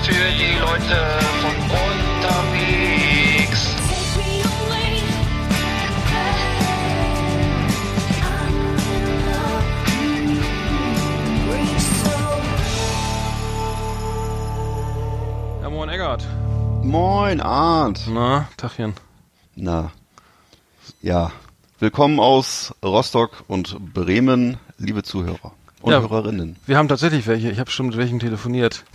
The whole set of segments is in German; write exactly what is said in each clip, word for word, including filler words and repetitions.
für die Leute von unterwegs. Ja, moin Eggert. Moin Arndt. Na, Tachchen. Na, ja. Willkommen aus Rostock und Bremen, liebe Zuhörer und Ja, Hörerinnen. Wir haben tatsächlich welche. Ich habe schon mit welchen telefoniert.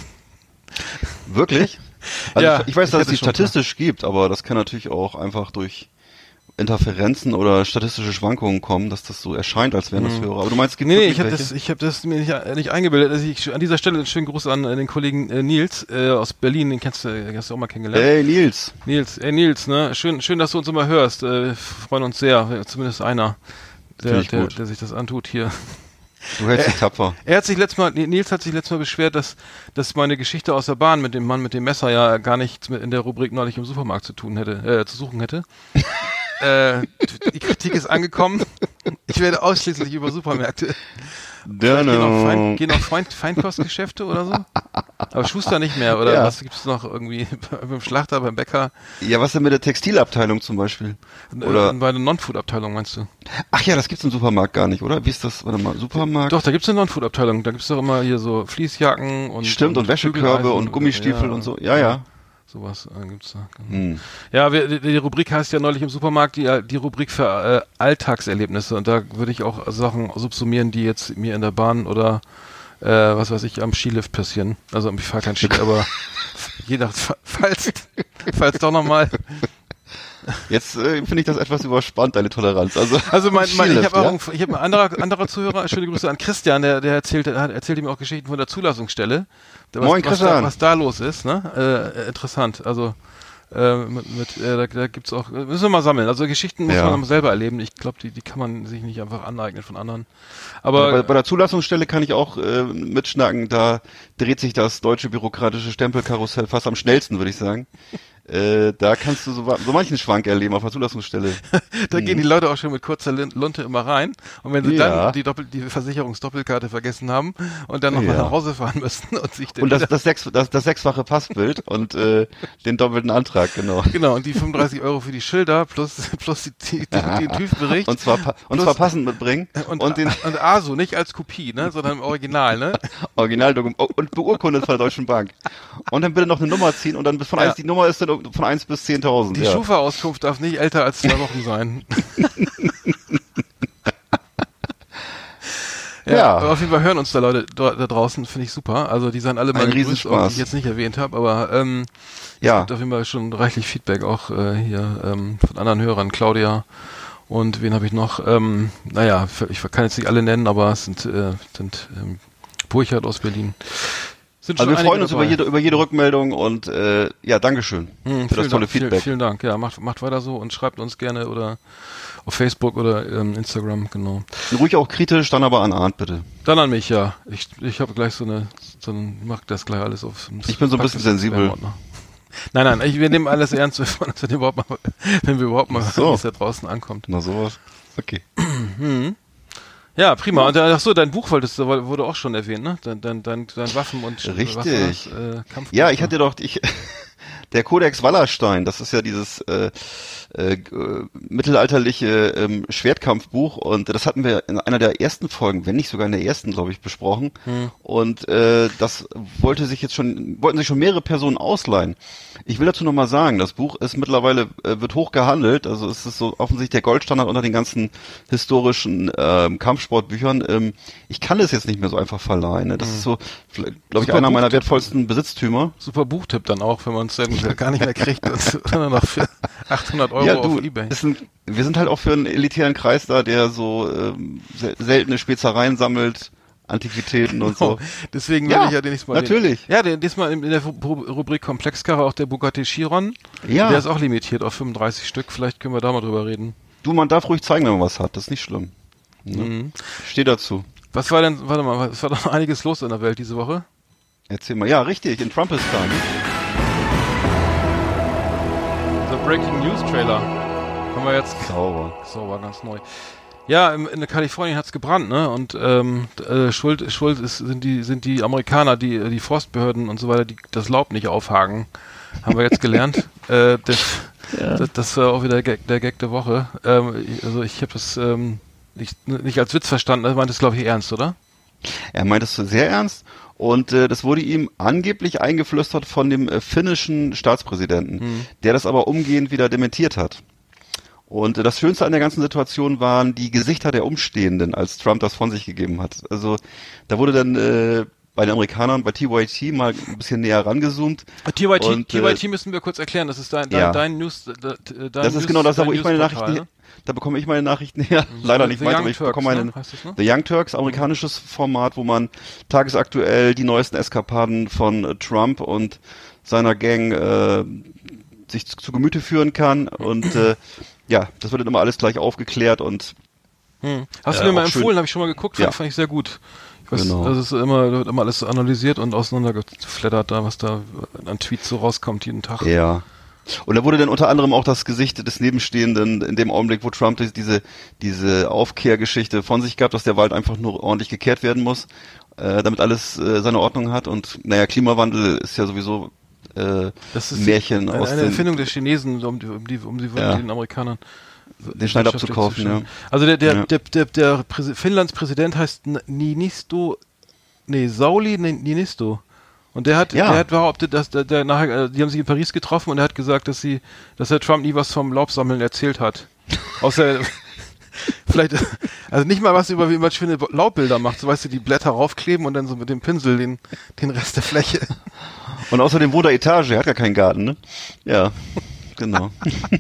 Wirklich? Also Ja, ich, ich weiß, ich dass es hätte die schon statistisch gibt, aber das kann natürlich auch einfach durch Interferenzen oder statistische Schwankungen kommen, dass das so erscheint, als wären das Mhm. Hörer. Aber du meinst, es gibt Nee, nee, wirklich ich habe welche? das, ich hab das mir nicht, nicht eingebildet. Also ich, an dieser Stelle einen schönen Gruß an äh, den Kollegen äh, Nils äh, aus Berlin. Den kennst du, den hast du auch mal kennengelernt. Hey Nils. Nils, ey Nils, ne? Schön, schön, dass du uns immer hörst. Äh, freuen uns sehr. Zumindest einer, der, Finde ich der, gut. der sich das antut hier. Du hältst dich tapfer. Er hat sich letztes Mal, Nils hat sich letztes Mal beschwert, dass, dass meine Geschichte aus der Bahn mit dem Mann mit dem Messer ja gar nichts mit in der Rubrik neulich im Supermarkt zu tun hätte, äh, zu suchen hätte. äh, die Kritik ist angekommen. Ich werde ausschließlich über Supermärkte. Vielleicht Gehen noch, Feind, gehen noch Feind, Feinkostgeschäfte oder so? Aber Schuster nicht mehr, oder Ja. was gibt's noch irgendwie beim Schlachter, beim Bäcker? Ja, was denn mit der Textilabteilung zum Beispiel? Oder? Äh, bei der Non-Food-Abteilung meinst du? Ach ja, das gibt's im Supermarkt gar nicht, oder? Wie ist das? Warte mal, Supermarkt? Doch, da gibt's eine Non-Food-Abteilung. Da gibt's doch immer hier so Fließjacken und Stimmt, und Wäschekörbe Bügeleisen und Gummistiefel ja, und so. Ja, ja. Sowas äh, gibt's da. Genau. Hm. Ja, wir, die, die Rubrik heißt ja neulich im Supermarkt die, die Rubrik für äh, Alltagserlebnisse. Und da würde ich auch Sachen subsumieren, die jetzt mir in der Bahn oder äh, was weiß ich, am Skilift passieren. Also ich fahre kein Ski, aber je nach, falls, falls doch nochmal. Jetzt äh, finde ich das etwas überspannt, deine Toleranz. Also, Also mein, mein ich Skilift, habe auch ja? ein, ich hab ein anderer, anderer Zuhörer, schöne Grüße an Christian, der, der erzählt, hat, erzählt mir auch Geschichten von der Zulassungsstelle. Was, Moin, was, da, Christian. was da los ist, ne? Äh, interessant. Also äh, mit, mit äh, da, da gibt's auch, müssen wir mal sammeln. Also Geschichten muss Ja. man selber erleben. Ich glaube, die, die kann man sich nicht einfach aneignen von anderen. Aber bei, bei der Zulassungsstelle kann ich auch äh, mitschnacken, da dreht sich das deutsche bürokratische Stempelkarussell fast am schnellsten, würde ich sagen. Äh, da kannst du so, wa- so manchen Schwank erleben auf der Zulassungsstelle. da gehen die Leute auch schon mit kurzer Lin- Lunte immer rein. Und wenn sie Ja. dann die, Doppel die Versicherungsdoppelkarte vergessen haben und dann nochmal Ja. nach Hause fahren müssen und sich dann Und das, wieder- das, sechs, das, das sechsfache Passbild und äh, den doppelten Antrag, genau. Genau, und die fünfunddreißig Euro für die Schilder plus, plus die, die, die, den TÜV-Bericht. Und zwar, pa- und Plus- zwar passend mitbringen Und, und den und A S O, nicht als Kopie, ne, sondern im Original, ne? Originaldokument oh, und beurkundet von der Deutschen Bank. Und dann bitte noch eine Nummer ziehen und dann bis von Ja. eins, die Nummer ist dann von eins bis zehntausend. Die Ja. Schufa-Auskunft darf nicht älter als zwei Wochen sein. ja, Ja. aber auf jeden Fall hören uns da Leute da, da draußen, finde ich super. Also die seien alle mal Ein gegrüßt, Riesenspaß. auch die ich jetzt nicht erwähnt habe, aber ähm, es Ja. gibt auf jeden Fall schon reichlich Feedback auch äh, hier ähm, von anderen Hörern, Claudia und wen habe ich noch? Ähm, naja, ich kann jetzt nicht alle nennen, aber es sind, äh, sind ähm, Burchard aus Berlin. Sind Also schon wir freuen einige uns über dabei. jede, über jede Rückmeldung und äh, ja, Dankeschön Hm, für das vielen tolle Dank, Feedback. Vielen, vielen Dank. Ja, macht, macht weiter so und schreibt uns gerne oder auf Facebook oder ähm, Instagram, genau. Ruhig auch kritisch, dann aber an Arndt bitte. Dann an mich, ja. Ich, ich habe gleich so eine, so ein, mach das gleich alles auf. Ich bin so ein bisschen sensibel. Nein, nein, ich, wir nehmen alles ernst, wenn wir überhaupt mal, wenn wir überhaupt mal, So. wie es da draußen ankommt. Na sowas. Okay. Ja, prima. Und äh, ach so, dein Buch wolltest du, wurde auch schon erwähnt, ne? Dein, dein, dein, dein Waffen und Richtig. was war das? Äh, Kampfbuch, Ja, ich ne? hatte doch, ich, der Kodex Wallerstein, das ist ja dieses äh, äh, äh, mittelalterliche ähm, Schwertkampfbuch und das hatten wir in einer der ersten Folgen, wenn nicht sogar in der ersten, glaube ich, besprochen. Hm. Und äh, das wollte sich jetzt schon, wollten sich schon mehrere Personen ausleihen. Ich will dazu nochmal sagen, das Buch ist mittlerweile, äh, wird hoch gehandelt, also es ist so offensichtlich der Goldstandard unter den ganzen historischen ähm, Kampfsportbüchern. Ähm, ich kann es jetzt nicht mehr so einfach verleihen. Ne? Das ist so, glaube ich, Super einer meiner Buchtipp. wertvollsten Besitztümer. Super Buchtipp dann auch, wenn man es dann gar nicht mehr kriegt, sondern noch für achthundert Euro Ja, du, auf Ebay. ist ein, wir sind halt auch für einen elitären Kreis da, der so ähm, sel seltene Spezereien sammelt, Antiquitäten und so. Oh, deswegen Ja, will ich ja den nächsten Mal natürlich. Den, ja, den, diesmal in, in der Ru- Rubrik Komplexkarre auch der Bugatti Chiron. Ja. Der ist auch limitiert auf fünfunddreißig Stück. Vielleicht können wir da mal drüber reden. Du, man darf ruhig zeigen, wenn man was hat. Das ist nicht schlimm. Ne? Mhm. Steh dazu. Was war denn, warte mal, es war doch einiges los in der Welt diese Woche. Erzähl mal. Ja, richtig, in Trumpistan. The Breaking News Trailer. Haben wir jetzt Sauber. sauber, ganz neu. Ja, in, in Kalifornien hat's gebrannt, ne? Und ähm, äh, Schuld, Schuld ist, sind die sind die Amerikaner, die die Forstbehörden und so weiter, die das Laub nicht aufhaken. Haben wir jetzt gelernt. äh, das, ja. das, das war auch wieder der Gag der, Gag der Woche. Ähm, also ich habe das ähm, nicht, nicht als Witz verstanden. Er meint das, glaube ich, ernst, oder? Er meint es sehr ernst. Und äh, das wurde ihm angeblich eingeflüstert von dem äh, finnischen Staatspräsidenten, hm. der das aber umgehend wieder dementiert hat. Und äh, das Schönste an der ganzen Situation waren die Gesichter der Umstehenden, als Trump das von sich gegeben hat. Also da wurde dann äh, bei den Amerikanern, bei T Y T mal ein bisschen näher rangezoomt. T Y T, und, T Y T äh, müssen wir kurz erklären, das ist dein, dein, ja. dein News. Dein das ist News, genau das, da wo ich meine Nachrichten, ne? Da bekomme ich meine Nachrichten her. The, Leider nicht The weiter, Young aber ich Turks, bekomme meine ne? Heißt das, ne? The Young Turks, amerikanisches Format, wo man tagesaktuell die neuesten Eskapaden von äh, Trump und seiner Gang äh, sich zu, zu Gemüte führen kann. Und äh, ja, das wird dann immer alles gleich aufgeklärt und hm. Hast du mir mal empfohlen, habe ich schon mal geguckt, ja. fand, fand ich sehr gut. Ich weiß, genau. Das ist immer, wird immer alles analysiert und auseinandergeflattert, da was da an Tweets so rauskommt jeden Tag. Ja. Und da wurde dann unter anderem auch das Gesicht des Nebenstehenden in dem Augenblick, wo Trump diese diese Aufkehrgeschichte von sich gab, dass der Wald einfach nur ordentlich gekehrt werden muss, äh, damit alles äh, seine Ordnung hat. Und naja, Klimawandel ist ja sowieso äh, das ist Märchen eine, aus eine den, Erfindung der Chinesen, um die, um die, um die ja. den Amerikanern den Schneid abzukaufen. Ja. Also der der ja. der der, der Präs- Finnlands Präsident heißt Niinisto, nee Sauli Niinisto. Und der hat, ja. der hat behauptet, dass der, der nachher, die haben sich in Paris getroffen und er hat gesagt, dass sie, dass der Trump nie was vom Laubsammeln erzählt hat. Außer vielleicht, also nicht mal was über wie man schöne Laubbilder macht, so weißt du, die Blätter raufkleben und dann so mit dem Pinsel den, den Rest der Fläche. Und außerdem wohnt er Etage, er hat gar keinen Garten, ne? Ja, genau.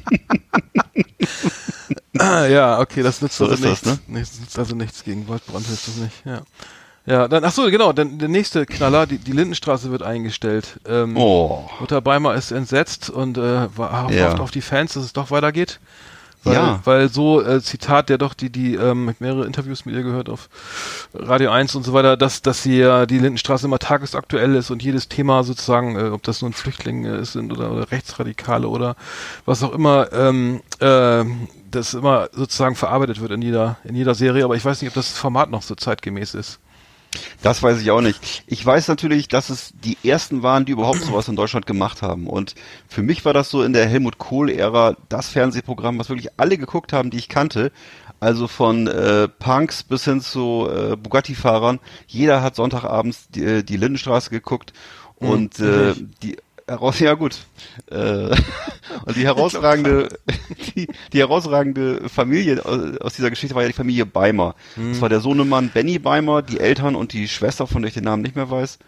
ah, ja, okay, das nützt so also ist nichts. Das, ne? Das nützt also nichts gegen Waldbrand, hilft das nicht, ja. Ja, dann, ach so, genau, dann der nächste Knaller, die, die Lindenstraße wird eingestellt. Ähm, oh. Mutter Beimer ist entsetzt und äh, hofft ja. auf die Fans, dass es doch weitergeht. Weil, ja. weil so, äh, Zitat, der doch die, die, ähm, mehrere Interviews mit ihr gehört auf Radio eins und so weiter, dass, dass sie ja die Lindenstraße immer tagesaktuell ist und jedes Thema sozusagen, äh, ob das nun Flüchtlinge ist sind oder, oder Rechtsradikale oder was auch immer, ähm, äh, das immer sozusagen verarbeitet wird in jeder, in jeder Serie, aber ich weiß nicht, ob das Format noch so zeitgemäß ist. Das weiß ich auch nicht. Ich weiß natürlich, dass es die ersten waren, die überhaupt sowas in Deutschland gemacht haben. Und für mich war das so in der Helmut Kohl-Ära das Fernsehprogramm, was wirklich alle geguckt haben, die ich kannte. Also von äh, Punks bis hin zu äh, Bugatti-Fahrern. Jeder hat Sonntagabends die, äh, die Lindenstraße geguckt. Und mhm, äh, die heraus, ja gut. Äh, und die herausragende, die, die herausragende Familie aus dieser Geschichte war ja die Familie Beimer. Hm. Das war der Sohnemann Benny Beimer, die Eltern und die Schwester, von der ich den Namen nicht mehr weiß.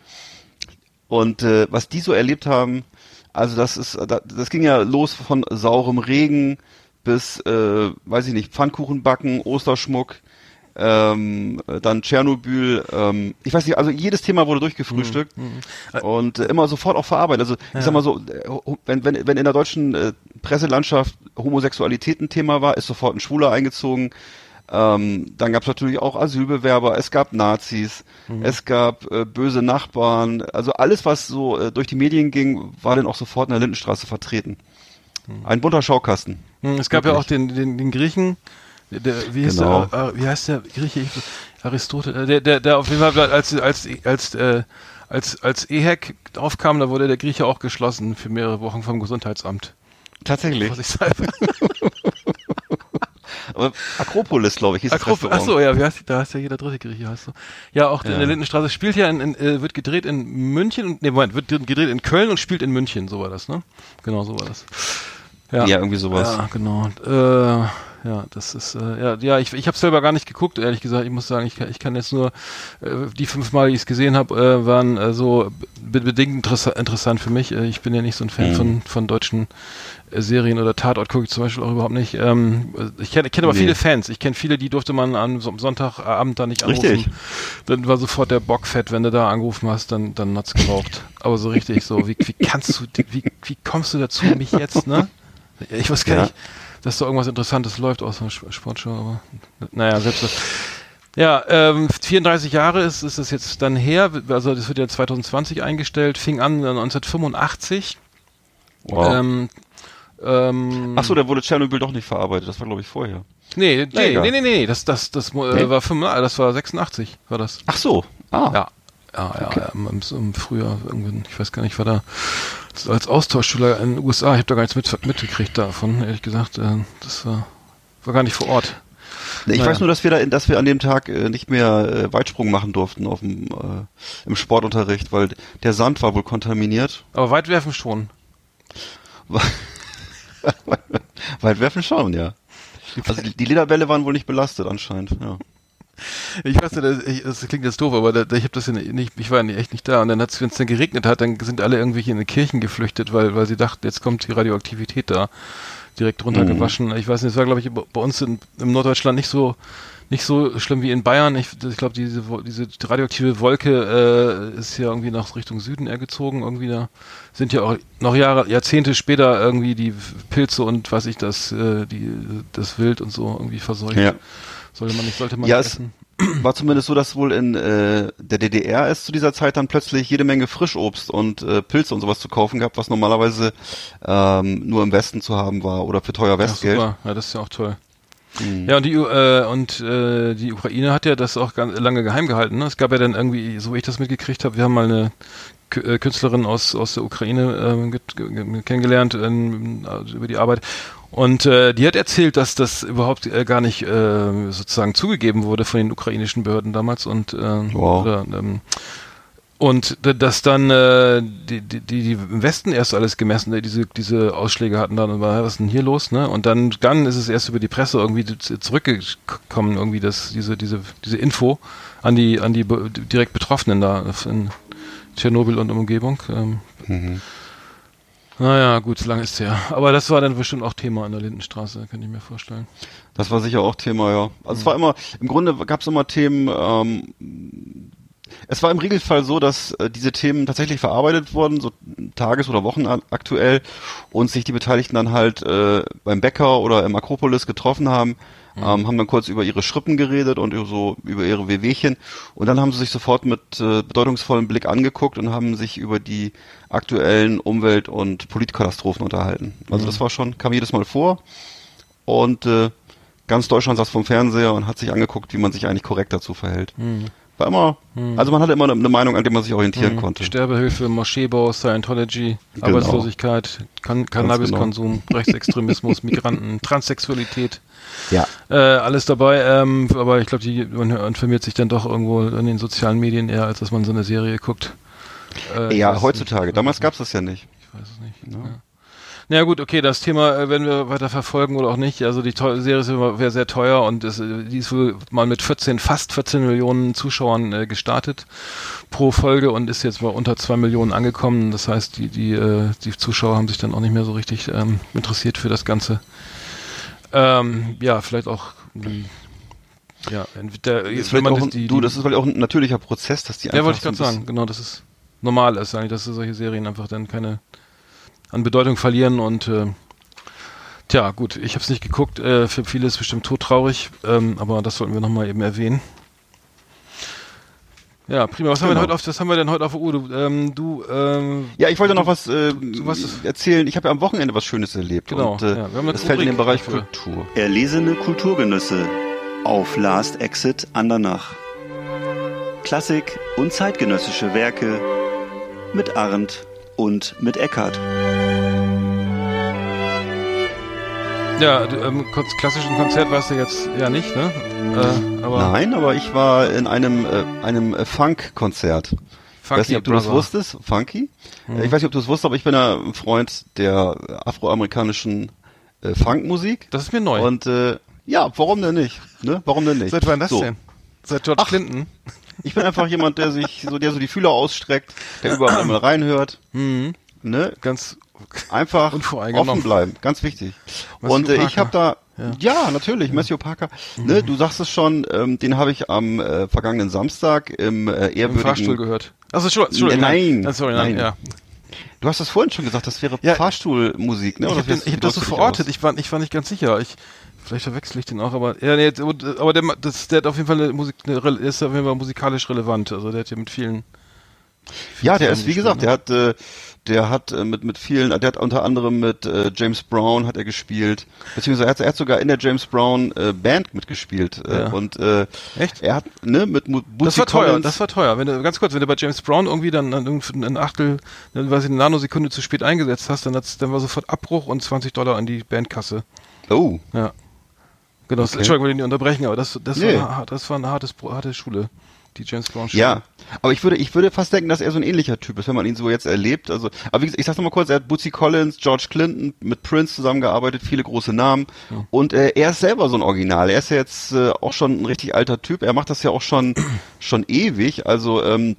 Und äh, was die so erlebt haben, also das ist, das ging ja los von saurem Regen bis, äh, weiß ich nicht, Pfannkuchen backen, Osterschmuck, ähm, dann Tschernobyl, ähm, ich weiß nicht, also jedes Thema wurde durchgefrühstückt mhm. und äh, immer sofort auch verarbeitet. Also ich ja. sag mal so, wenn, wenn, wenn in der deutschen äh, Presselandschaft Homosexualität ein Thema war, ist sofort ein Schwuler eingezogen. Ähm, dann gab es natürlich auch Asylbewerber, es gab Nazis, mhm. es gab äh, böse Nachbarn, also alles, was so äh, durch die Medien ging, war dann auch sofort in der Lindenstraße vertreten. Mhm. Ein bunter Schaukasten. Mhm, es gab Wirklich. ja auch den, den, den Griechen, Der, wie, hieß genau. der, äh, wie heißt der Grieche? Aristoteles, der, der, der auf jeden Fall als als als äh, als als EHEC aufkam, da wurde der Grieche auch geschlossen für mehrere Wochen vom Gesundheitsamt. Tatsächlich. Was ich sage. Aber Akropolis, glaube ich, hieß Akrop- das Ach so, ja, wie heißt die, da heißt ja jeder dritte Grieche, heißt so. Ja, auch ja. in der Lindenstraße spielt ja in, in äh, wird gedreht in München und nee, Moment, wird gedreht in Köln und spielt in München, so war das, ne? Genau, so war das. Ja, ja irgendwie sowas. Ja, genau. Äh, ja, das ist, äh, ja, ja, ich, ich habe selber gar nicht geguckt, ehrlich gesagt. Ich muss sagen, ich kann, ich kann jetzt nur, äh, die fünf Mal, die ich es gesehen habe, äh, waren äh, so be- bedingt interessa- interessant für mich. Äh, ich bin ja nicht so ein Fan mhm. von, von deutschen äh, Serien oder Tatort, gucke ich zum Beispiel auch überhaupt nicht. Ähm, ich kenne kenn aber nee. viele Fans. Ich kenne viele, die durfte man am so, Sonntagabend da nicht anrufen. Richtig. Dann war sofort der Bock fett, wenn du da angerufen hast, dann, dann hat's geraucht. Aber so richtig so, wie, wie kannst du, wie, wie kommst du dazu, mich jetzt, ne? Ich weiß gar ja. nicht, dass da irgendwas Interessantes läuft außer Sportshow, aber naja, selbst das. Ja, ähm, vierunddreißig Jahre ist, ist das jetzt dann her, also das wird ja zwanzig zwanzig eingestellt, fing an neunzehnhundertfünfundachtzig. Wow. Ähm, Ähm, Ach so, da wurde Tschernobyl doch nicht verarbeitet. Das war, glaube ich, vorher. Nee, Na, nee, egal. nee, nee, nee, das, das, das, Nee? äh, war fünfundachtzig, das war sechsundachtzig, war das. Ach so. Ah. Ja, ja, ja, ja im, im, im Frühjahr, irgendwann, ich weiß gar nicht, war da als Austauschschüler in den U S A, ich habe da gar nichts mit, mitgekriegt davon, ehrlich gesagt, äh, das war, war gar nicht vor Ort. Nee, ich Naja. weiß nur, dass wir da, dass wir an dem Tag äh, nicht mehr äh, Weitsprung machen durften auf dem, äh, im Sportunterricht, weil der Sand war wohl kontaminiert. Aber Weitwerfen schon. Weitwerfen schon, ja. Also die, die Lederbälle waren wohl nicht belastet anscheinend, ja. Ich weiß nicht, das, ich, das klingt jetzt doof, aber da, ich habe das ja nicht, ich war ja echt nicht da. Und dann hat's, wenn es dann geregnet hat, dann sind alle irgendwelche in die Kirchen geflüchtet, weil, weil sie dachten, jetzt kommt die Radioaktivität da direkt runtergewaschen. Mhm. Ich weiß nicht, es war, glaube ich, bei uns in, im Norddeutschland nicht so nicht so schlimm wie in Bayern. Ich, ich glaube, diese diese radioaktive Wolke äh, ist ja irgendwie nach Richtung Süden eher gezogen. Irgendwie da sind ja auch noch Jahre, Jahrzehnte später irgendwie die Pilze und weiß ich das, äh, die das Wild und so irgendwie verseucht. Ja. Sollte man nicht, sollte man ja, nicht es essen. War zumindest so, dass wohl in äh, der D D R es zu dieser Zeit dann plötzlich jede Menge Frischobst und äh, Pilze und sowas zu kaufen gab, was normalerweise ähm, nur im Westen zu haben war oder für teuer Westgeld. Ja, super. Ja, das ist ja auch toll. Mhm. Ja, und die äh, und äh, die Ukraine hat ja das auch ganz lange geheim gehalten. Ne? Es gab ja dann irgendwie, so wie ich das mitgekriegt habe, wir haben mal eine K- Künstlerin aus aus der Ukraine äh, get- ge- kennengelernt äh, also über die Arbeit. Und äh, die hat erzählt, dass das überhaupt äh, gar nicht äh, sozusagen zugegeben wurde von den ukrainischen Behörden damals und äh, wow. oder, ähm, und dass dann äh, die, die, die im Westen erst alles gemessen, diese diese Ausschläge hatten dann, und war, was ist denn hier los, ne? Und dann dann ist es erst über die Presse irgendwie zurückgekommen, irgendwie das diese diese diese Info an die an die direkt Betroffenen da in Tschernobyl und Umgebung. Ähm, mhm. Naja, gut, so lange ist es her. Aber das war dann bestimmt auch Thema an der Lindenstraße, kann ich mir vorstellen. Das war sicher auch Thema, ja. Also mhm. es war immer, im Grunde gab es immer Themen, ähm, es war im Regelfall so, dass äh, diese Themen tatsächlich verarbeitet wurden, so tages- oder wochenaktuell, und sich die Beteiligten dann halt äh, beim Bäcker oder im Akropolis getroffen haben, mhm. ähm, haben dann kurz über ihre Schrippen geredet und über so über ihre Wehwehchen, und dann haben sie sich sofort mit äh, bedeutungsvollem Blick angeguckt und haben sich über die aktuellen Umwelt- und Politkatastrophen unterhalten. Also mhm. das war schon, kam jedes Mal vor, und äh, ganz Deutschland saß vom Fernseher und hat sich angeguckt, wie man sich eigentlich korrekt dazu verhält. Mhm. War immer, hm. also man hatte immer eine, eine Meinung, an der man sich orientieren hm. konnte. Sterbehilfe, Moscheebau, Scientology, genau. Arbeitslosigkeit, kan- Cannabiskonsum, genau. Rechtsextremismus, Migranten, Transsexualität. Ja. Äh, alles dabei, ähm, aber ich glaube, man informiert sich dann doch irgendwo in den sozialen Medien eher, als dass man so eine Serie guckt. Äh, ja, heutzutage. Nicht, Damals gab es das ja nicht. Ich weiß es nicht. Ja. Ja. Na gut, okay, das Thema äh, werden wir weiter verfolgen oder auch nicht. Also die teuer, Serie wäre sehr teuer, und es, die ist wohl mal mit vierzehn, fast vierzehn Millionen Zuschauern äh, gestartet pro Folge und ist jetzt mal unter zwei Millionen angekommen. Das heißt, die die äh, die Zuschauer haben sich dann auch nicht mehr so richtig ähm, interessiert für das Ganze. Ähm, ja, vielleicht auch mh, ja, der, ist wenn man das, die, du, das ist vielleicht auch ein natürlicher Prozess, dass die einfach ja, wollte ich so gerade sagen, genau, das ist normal ist eigentlich, dass solche Serien einfach dann keine an Bedeutung verlieren, und äh, tja, gut, ich habe es nicht geguckt, äh, für viele ist es bestimmt todtraurig, ähm, aber das sollten wir nochmal eben erwähnen. Ja, prima. Was, genau. haben wir denn heute auf, was haben wir denn heute auf der Uhr? Du, ähm, du ähm, ja, ich wollte noch was, äh, du, was erzählen. Ich habe ja am Wochenende was Schönes erlebt. Genau. Und, äh, ja, wir haben das fällt in den Bereich dafür. Kultur. Erlesene Kulturgenüsse auf Last Exit Andernach. Klassik und zeitgenössische Werke mit Arndt und mit Eckhart. Ja, du, ähm, klassischen Konzert warst du jetzt ja nicht, ne? Äh, aber Nein, aber ich war in einem äh, einem äh, Funk-Konzert. Ich weiß nicht, ob du das wusstest, Funky. Mhm. Ich weiß nicht, ob du das wusstest, aber ich bin ja ein Freund der afroamerikanischen äh, Funkmusik. Das ist mir neu. Und äh, ja, warum denn nicht? Ne? Warum denn nicht? Seit wann das so. denn? Seit George Ach, Clinton? Ich bin einfach jemand, der sich so, der so die Fühler ausstreckt, der überall mal reinhört. Mhm. Ne? Ganz einfach offen bleiben, ganz wichtig. Matthew und äh, ich habe da, ja, ja natürlich, ja. Matthew Parker. Mhm. Ne, du sagst es schon, ähm, den habe ich am äh, vergangenen Samstag im äh, ehrwürdigen... Im Fahrstuhl gehört. Also Entschuldigung. Nein, nein, sorry, nein, nein. Ja. Du hast das vorhin schon gesagt, das wäre ja, Fahrstuhlmusik, ne? Ich habe hab das so verortet. Ich war, ich war nicht ganz sicher. Ich Vielleicht verwechsel ich den auch, aber ja, nee, aber der, das, der hat auf jeden Fall eine Musik, eine, ist auf jeden Fall musikalisch relevant. Also der hat ja mit vielen Ja, der ist, wie gesagt, der hat, äh, der hat äh, mit mit vielen, der hat unter anderem mit äh, James Brown hat er gespielt, beziehungsweise er hat, er hat sogar in der James Brown äh, Band mitgespielt äh, Ja. und äh, Echt? er hat ne mit Mu- Bootsy Das war teuer, Collins, das war teuer. Wenn du, ganz kurz, wenn du bei James Brown irgendwie dann dann irgendwie ein Achtel, dann weiß ich, eine Nanosekunde zu spät eingesetzt hast, dann hat's, dann war sofort Abbruch und zwanzig Dollar an die Bandkasse. oh, Ja. Genau, Okay. Entschuldigung, will ich nicht unterbrechen, aber das, das, Nee. war, das war eine hartes, harte Schule, die James Brown Schule. ja, aber ich würde, ich würde fast denken, dass er so ein ähnlicher Typ ist, wenn man ihn so jetzt erlebt. Also, aber wie gesagt, ich sag's nochmal kurz, er hat Bootsy Collins, George Clinton, mit Prince zusammengearbeitet, viele große Namen. Ja. Und äh, er ist selber so ein Original. Er ist ja jetzt äh, auch schon ein richtig alter Typ. Er macht das ja auch schon schon ewig. Also ähm,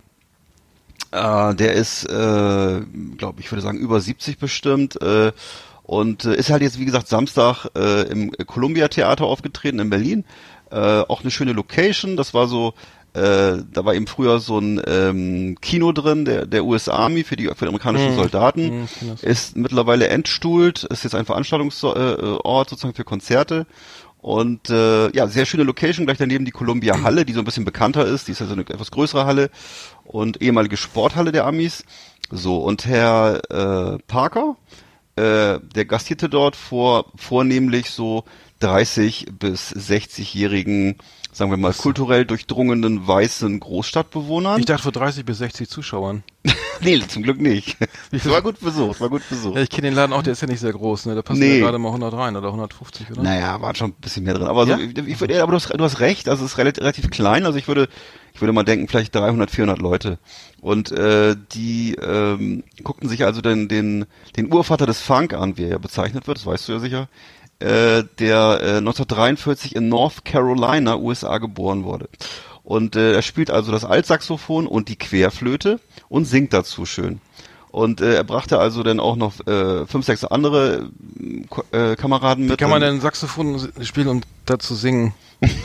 äh, der ist, äh, glaube ich, würde sagen über siebzig bestimmt. Äh, und äh, ist halt jetzt, wie gesagt, Samstag äh, im Columbia Theater aufgetreten in Berlin. Äh, auch eine schöne Location. Das war so, äh, da war eben früher so ein ähm, Kino drin, der der U S Army für die für die amerikanischen Hm. Soldaten. Hm, ich kenn das. Ist mittlerweile entstuhlt, ist jetzt ein Veranstaltungsort äh, Ort sozusagen für Konzerte. Und äh, ja, sehr schöne Location, gleich daneben die Columbia Halle, die so ein bisschen bekannter ist. Die ist ja so eine etwas größere Halle und ehemalige Sporthalle der Amis. So, und Herr äh, Parker, äh, der gastierte dort vor vornehmlich so dreißig bis sechzigjährigen, sagen wir mal, kulturell durchdrungenen weißen Großstadtbewohnern. Ich dachte vor dreißig bis sechzig Zuschauern. Nee, zum Glück nicht. Wie Es viel- war gut besucht, war gut besucht. Ja, ich kenne den Laden auch, der ist ja nicht sehr groß, ne? Da passen Nee. ja gerade mal hundert rein oder hundertfünfzig, oder? Naja, war schon ein bisschen mehr drin. Aber, Ja? so, ich, ich, würd- aber du, hast, du hast recht, also es ist relativ, relativ klein. Also ich würde, ich würde mal denken, vielleicht dreihundert, vierhundert Leute. Und äh, die ähm, guckten sich also den, den, den Urvater des Funk an, wie er ja bezeichnet wird, das weißt du ja sicher, äh, der äh, neunzehnhundertdreiundvierzig in North Carolina, U S A, geboren wurde. Und äh, er spielt also das Altsaxophon und die Querflöte und singt dazu schön. Und äh, er brachte also dann auch noch äh, fünf, sechs andere äh, Ko- äh, Kameraden mit. Wie kann man Und- denn Saxophon s- spielen und dazu singen?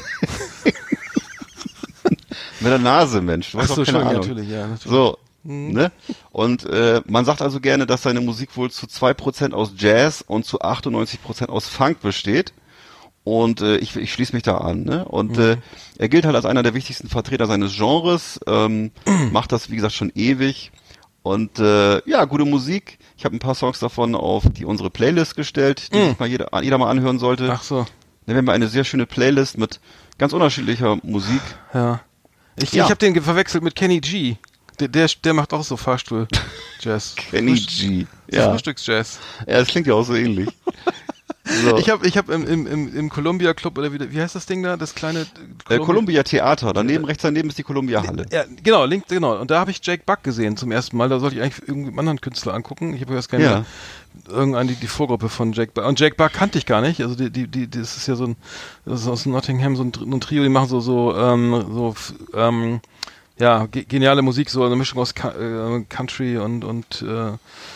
Mit der Nase, Mensch. Du hast Ach so, doch keine schon, Ahnung. natürlich, ja, natürlich. So, ne? Und äh, man sagt also gerne, dass seine Musik wohl zu zwei Prozent aus Jazz und zu achtundneunzig Prozent aus Funk besteht. Und äh, ich, ich schließe mich da an. Ne? Und Mhm. äh, er gilt halt als einer der wichtigsten Vertreter seines Genres, ähm, macht das, wie gesagt, schon ewig. Und äh, ja, gute Musik. Ich habe ein paar Songs davon auf die unsere Playlist gestellt, die Mhm. sich mal jeder, jeder mal anhören sollte. Ach so, Dann haben wir eine sehr schöne Playlist mit ganz unterschiedlicher Musik. ja. Ich, Ja. ich habe den ge- verwechselt mit Kenny G. Der, der, der macht auch so Fahrstuhl-Jazz. Kenny Frühst- G. So Ja. Frühstücks-Jazz. Ja, das klingt ja auch so ähnlich. So. Ich habe ich hab im, im, im, im Columbia Club, oder wie, wie heißt das Ding da? Das kleine äh, Columbia Theater, daneben, rechts daneben ist die Columbia Halle. Ja, genau, links, genau. Und da habe ich Jake Buck gesehen zum ersten Mal. Da sollte ich eigentlich irgendeinen anderen Künstler angucken. Ich habe erst gerne Ja. irgendeine die, die Vorgruppe von Jake Buck. Und Jake Buck kannte ich gar nicht. Also die, die, die, das ist ja so ein, das ist aus Nottingham so ein, so ein Trio, die machen so, so, ähm, so, f- ähm, ja, ge geniale Musik, so eine Mischung aus Ka äh, Country und, und, äh,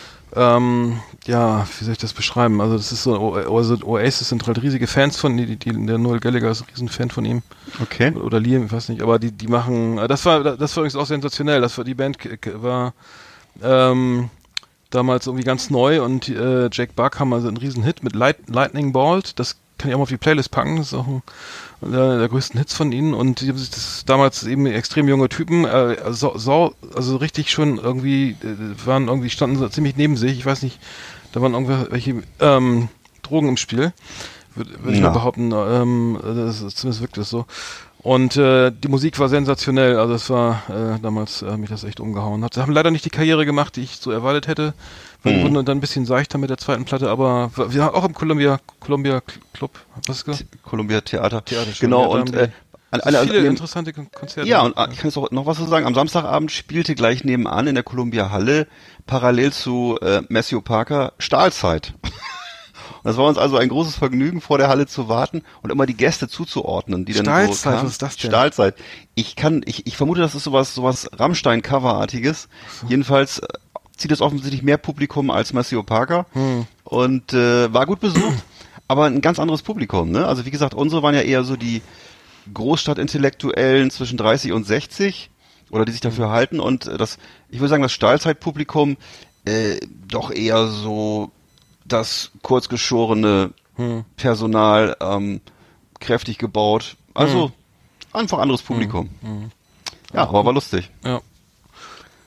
ähm, ja, wie soll ich das beschreiben? Also das ist so, O- also Oasis sind halt riesige Fans von, die, die, der Noel Gallagher ist ein Riesenfan von ihm. Okay. Oder Liam, ich weiß nicht, aber die, die machen, äh, das war, das war übrigens auch sensationell, das war, die Band k- k- war, ähm, damals irgendwie ganz neu und, äh, Jake Buck haben also einen riesen Hit mit Light, Lightning Bolt, das kann ich auch mal auf die Playlist packen, das ist auch ein, einer der größten Hits von ihnen und die haben sich das damals eben extrem junge Typen, äh, so, so, also richtig schon irgendwie, äh, waren irgendwie, standen so ziemlich neben sich, ich weiß nicht, da waren irgendwelche, ähm, Drogen im Spiel, würde würd ich Ja. mal behaupten, ähm, das ist, zumindest wirkt es so. Und äh, die Musik war sensationell, also es war äh, damals äh, mich das echt umgehauen hat. Sie haben leider nicht die Karriere gemacht, die ich so erwartet hätte. Wir Mhm. wurden dann ein bisschen seichter mit der zweiten Platte, aber wir haben auch im Columbia Columbia Club, was ist das? Columbia Theater. Theater schon, Genau, ja, da und haben äh, die an, so an, an, viele an, interessante Kon- Konzerte. ja, und äh, ich kann jetzt auch noch was so sagen. Am Samstagabend spielte gleich nebenan in der Columbia Halle parallel zu äh, Matthew Parker Stahlzeit. Und das war uns also ein großes Vergnügen, vor der Halle zu warten und immer die Gäste zuzuordnen, die dann so Stahlzeit, kamen. was ist das denn? Stahlzeit. Ich kann, ich, ich vermute, das ist sowas, sowas Rammstein-Coverartiges. Jedenfalls äh, zieht es offensichtlich mehr Publikum als Matthew Parker Hm. und äh, war gut besucht, aber ein ganz anderes Publikum. Ne? Also wie gesagt, unsere waren ja eher so die Großstadtintellektuellen zwischen dreißig und sechzig oder die sich dafür halten und äh, das, ich würde sagen, das Stahlzeitpublikum äh, doch eher so das kurzgeschorene Hm. Personal, ähm, kräftig gebaut. Also einfach anderes Publikum. Hm. Ja, aber war lustig. Ja.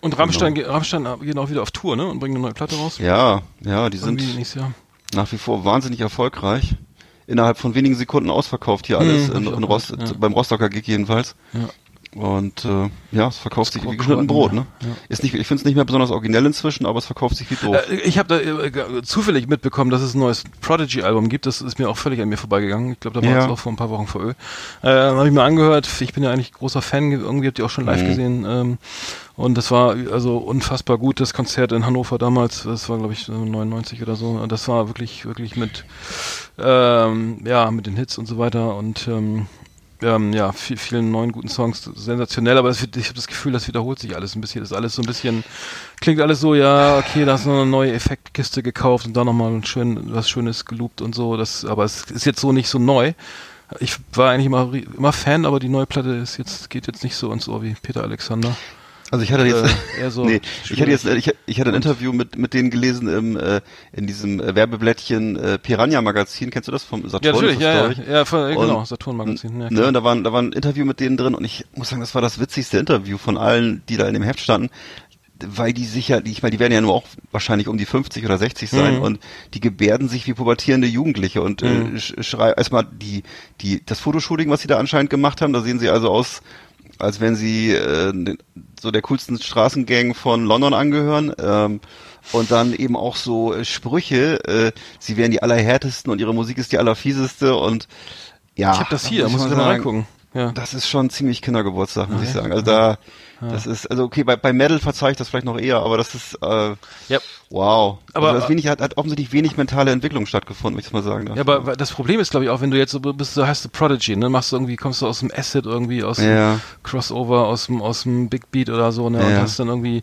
Und Rammstein, genau. Rammstein gehen auch wieder auf Tour, ne? Und bringen eine neue Platte raus. Ja, ja, die Irgendwie sind nächstes Jahr. nach wie vor wahnsinnig erfolgreich. Innerhalb von wenigen Sekunden ausverkauft hier alles, hm, in, in Rost, ja. beim Rostocker Gig jedenfalls. Ja. Und äh, ja, es verkauft das sich wie geschnitten Brot, ne? Ja. Ist nicht, ich finde es nicht mehr besonders originell inzwischen, aber es verkauft sich wie doof. Äh, ich habe da äh, zufällig mitbekommen, dass es ein neues Prodigy-Album gibt. Das ist mir auch völlig an mir vorbeigegangen. Ich glaube, da war Ja. es auch vor ein paar Wochen vor Ö. Äh, habe ich mir angehört. Ich bin ja eigentlich großer Fan. Irgendwie habt ihr auch schon live Mhm. gesehen. Ähm, und das war also unfassbar gut, das Konzert in Hannover damals. Das war, glaube ich, neunundneunzig oder so. Das war wirklich, wirklich mit, ähm, ja, mit den Hits und so weiter. Und ähm, Ähm, ja, viel, vielen neuen guten Songs, sensationell, aber das, ich habe das Gefühl, das wiederholt sich alles ein bisschen, das ist alles so ein bisschen, klingt alles so, ja, okay, da hast du noch eine neue Effektkiste gekauft und da nochmal schön, was Schönes geloopt und so, das, aber es ist jetzt so nicht so neu. Ich war eigentlich immer, immer Fan, aber die neue Platte ist jetzt, geht jetzt nicht so ins Ohr wie Peter Alexander. Also ich hatte jetzt, äh, eher so nee, ich hatte jetzt, ich, ich hatte ein Interview mit mit denen gelesen im äh, in diesem äh, Werbeblättchen äh, Piranha Magazin. Kennst du das vom Saturn? Ja, natürlich, ja, ja, ja, von, und, genau, Saturn Magazin. Ja, ne, und da war da war ein Interview mit denen drin und ich muss sagen, das war das witzigste Interview von allen, die da in dem Heft standen, weil die sicher, ich meine, die werden ja nur auch wahrscheinlich um die fünfzig oder sechzig sein mhm. und die gebärden sich wie pubertierende Jugendliche und mhm. äh, sch schreiben erstmal die die das Fotoshooting, was sie da anscheinend gemacht haben, da sehen sie also aus, als wenn sie äh, so der coolsten Straßengang von London angehören. Ähm, und dann eben auch so äh, Sprüche, äh, sie wären die allerhärtesten und ihre Musik ist die allerfieseste und ja. Ich hab das hier, da muss ich mal reingucken. Ja. Das ist schon ziemlich Kindergeburtstag, muss okay. ich sagen. Also da, ja. das ist, also okay, bei, bei Metal verzeihe ich das vielleicht noch eher, aber das ist, äh, ja. wow. Aber also das wenig, hat, hat offensichtlich wenig mentale Entwicklung stattgefunden, wenn ich das mal sagen darf. Ja, aber das Problem ist, glaube ich, auch, wenn du jetzt so bist, so heißt du Prodigy, ne, machst du irgendwie, kommst du aus dem Acid irgendwie, aus ja. dem Crossover, aus dem, aus dem Big Beat oder so, ne, ja. und hast dann irgendwie,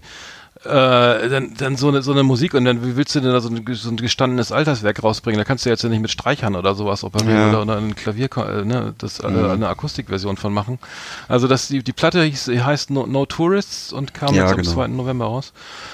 äh, dann, dann so eine, so eine Musik und dann, wie willst du denn da so ein, so ein gestandenes Alterswerk rausbringen? Da kannst du jetzt ja nicht mit Streichern oder sowas operieren ja. oder, oder ein Klavier, äh, ne, das, äh, mhm. eine Akustikversion von machen. Also, das, die, die Platte hieß, heißt No, No Tourists und kam ja, jetzt am genau. zweiten November raus.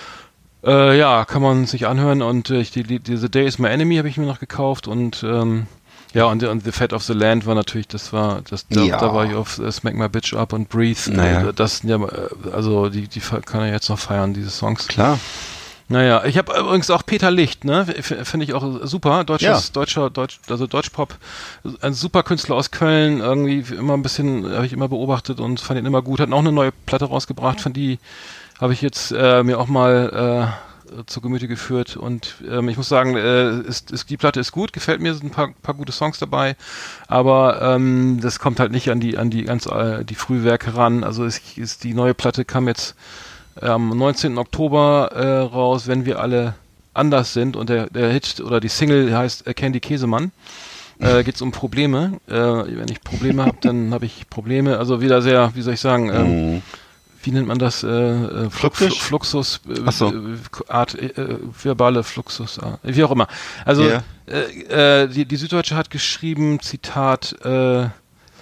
Äh, ja, kann man sich anhören und äh, ich, die, die, diese Day is My Enemy habe ich mir noch gekauft und ähm, ja, und, und The Fate of the Land war natürlich, das war, das, da, ja. da war ich auf uh, Smack My Bitch Up und Breathe. Naja. Äh, das sind ja, also die, die kann er jetzt noch feiern, diese Songs. Klar. Naja, ich habe übrigens auch Peter Licht, ne, finde ich auch super, deutsches, Ja. deutscher, Deutsch, also Deutschpop, ein super Künstler aus Köln, irgendwie immer ein bisschen, habe ich immer beobachtet und fand ihn immer gut, hat auch eine neue Platte rausgebracht, von die habe ich jetzt äh, mir auch mal äh, zu Gemüte geführt und ähm, ich muss sagen, äh, ist, ist, die Platte ist gut, gefällt mir, sind ein paar, paar gute Songs dabei, aber ähm, das kommt halt nicht an die an die ganz äh, die Frühwerke ran. Also ist, ist die neue Platte kam jetzt am neunzehnten Oktober äh, raus, wenn wir alle anders sind und der der Hit oder die Single heißt äh, Candy Käsemann. Äh, geht's um Probleme. Äh, wenn ich Probleme habe, dann habe ich Probleme. Also wieder sehr, wie soll ich sagen, ähm, Mhm. wie nennt man das? Äh, äh, Flu Flu Fluxus, äh, Ach so. äh, Art, äh, verbale Fluxus, äh, wie auch immer. Also Ja. äh, äh, die, die Süddeutsche hat geschrieben, Zitat, äh,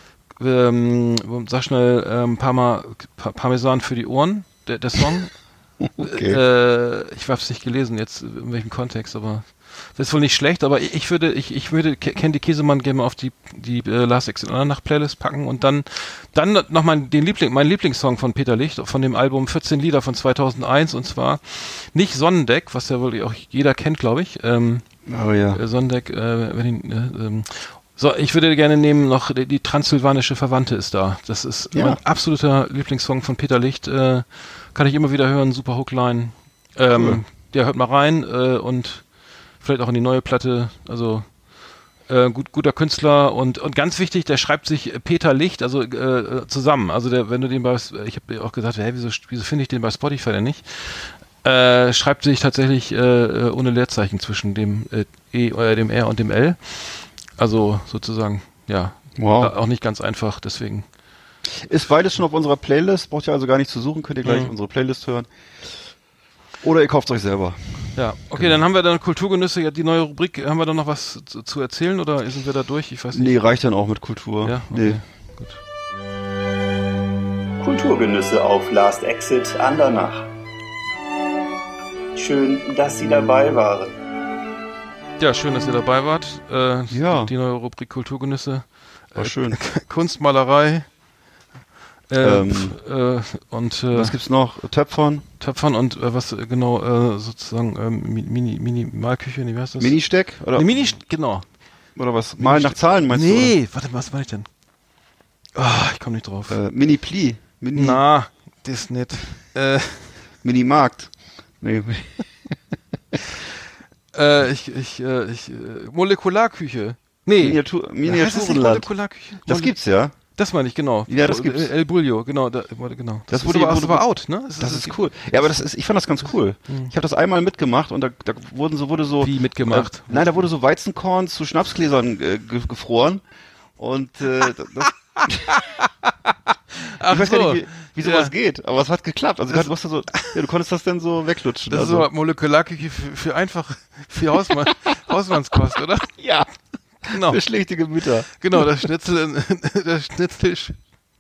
ähm, sag schnell, ähm, Parma, pa Parmesan für die Ohren, der, der Song. Okay. Äh, ich habe es nicht gelesen jetzt, in welchem Kontext, aber das ist wohl nicht schlecht, aber ich, ich würde, ich, ich würde Candy Käsemann gerne mal auf die, die äh, Last Exit nach Playlist packen und dann, dann nochmal den Liebling, mein Lieblingssong von Peter Licht, von dem Album vierzehn Lieder von zweitausendeins und zwar nicht Sonnendeck, was ja wohl auch jeder kennt, glaube ich. Ähm, Oh ja. äh, Sonnendeck, äh, wenn ich, äh, ähm, so, ich würde gerne nehmen noch, die, die transsilvanische Verwandte ist da. Das ist Ja. mein absoluter Lieblingssong von Peter Licht. Äh, kann ich immer wieder hören, super Hookline. Ähm, Cool. Ja, hört mal rein äh, und vielleicht auch in die neue Platte. Also äh, gut, guter Künstler und und ganz wichtig, der schreibt sich Peter Licht, also äh, zusammen. Also der, wenn du den bei, ich habe auch gesagt, hä, wieso, wieso finde ich den bei Spotify denn nicht? Äh, schreibt sich tatsächlich äh, ohne Leerzeichen zwischen dem äh, E, äh, dem R und dem L. Also sozusagen, ja, Wow. auch nicht ganz einfach. Deswegen. Ist beides schon auf unserer Playlist, braucht ihr also gar nicht zu suchen, könnt ihr gleich Mhm. unsere Playlist hören. Oder ihr kauft euch selber. Ja, okay, dann haben wir dann Kulturgenüsse, ja, die neue Rubrik. Haben wir da noch was zu, zu erzählen oder sind wir da durch? Ich weiß nicht. Nee, reicht dann auch mit Kultur. Ja, okay, Nee. gut. Kulturgenüsse auf Last Exit Andernach. Schön, dass Sie dabei waren. Ja, schön, dass ihr dabei wart. Äh, Ja. Die, die neue Rubrik Kulturgenüsse. War schön. Kunstmalerei. Äh, Ähm, pf, äh, und äh, Was gibt's noch? Töpfern? Töpfern und äh, was äh, genau äh, sozusagen ähm, Mi- Mini Minimalküche, nee, wie heißt das? Ministeck? Oder, Nee, Mini, genau. oder was? Mal nach Zahlen meinst Nee, warte, was war ich denn? Ah, ich komme nicht drauf. du? Oder? Äh, Mini-Pli. Mini, Na, das nicht. Äh, Mini-Markt. Nee. äh, ich, ich, äh, ich, äh, Molekularküche. Nee. Miniatur, Heißt das nicht Miniaturenland. Molekularküche? Das Mole- gibt's ja. Das meine ich, genau. Ja, das gibt's. El Bullo, genau, da, genau. Das ist wurde- aber, das wurde- war out, ne? Das ist cool. Ja, aber das ist, ich fand das ganz cool. Ich habe das einmal mitgemacht und da, da wurden so, wurde so. Wie mitgemacht? Äh, nein, da wurde so Weizenkorn zu Schnapsgläsern äh, ge gefroren. Und äh, das, Ach ich weiß so. gar nicht, wie, wie sowas Ja. geht, aber es hat geklappt. Also du, hast da so, ja, du konntest das dann so weglutschen. Das also. ist aber Molekularküche für, für einfach, für Hausmann, Hausmannskost, oder? Ja, Genau. für schlechte Gemüter. Genau, das Schnitzel, in, das Schnitzel sch-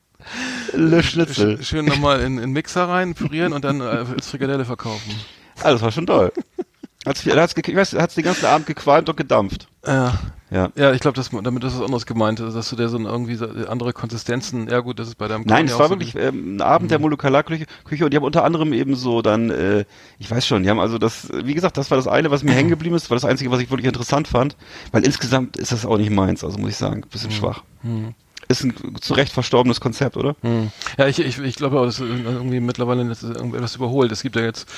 Le Schnitzel. sch- schön nochmal in, in Mixer rein, pürieren und dann äh, als Frikadelle verkaufen. Ah, das war schon toll. Hat's, hat's, ge- ich weiß, hat's den ganzen Abend gequalmt und gedampft. Ja. Ja. Ja, ich glaube, das, damit ist was anderes gemeint, also, dass du der so irgendwie so andere Konsistenzen, ja gut, das ist bei deinem Nein, Korn es ja war auch so wirklich ähm, ein Abend der Molekularküche Küche und die haben unter anderem eben so dann, äh, ich weiß schon, die haben also das, wie gesagt, das war das eine, was mir hängen geblieben ist, war das einzige, was ich wirklich interessant fand, weil insgesamt ist das auch nicht meins, also muss ich sagen, bisschen schwach. Ist ein zu Recht verstorbenes Konzept, oder? Hm. Ja, ich, ich, ich glaube auch, das ist irgendwie mittlerweile das ist irgendwie etwas überholt. Es gibt ja jetzt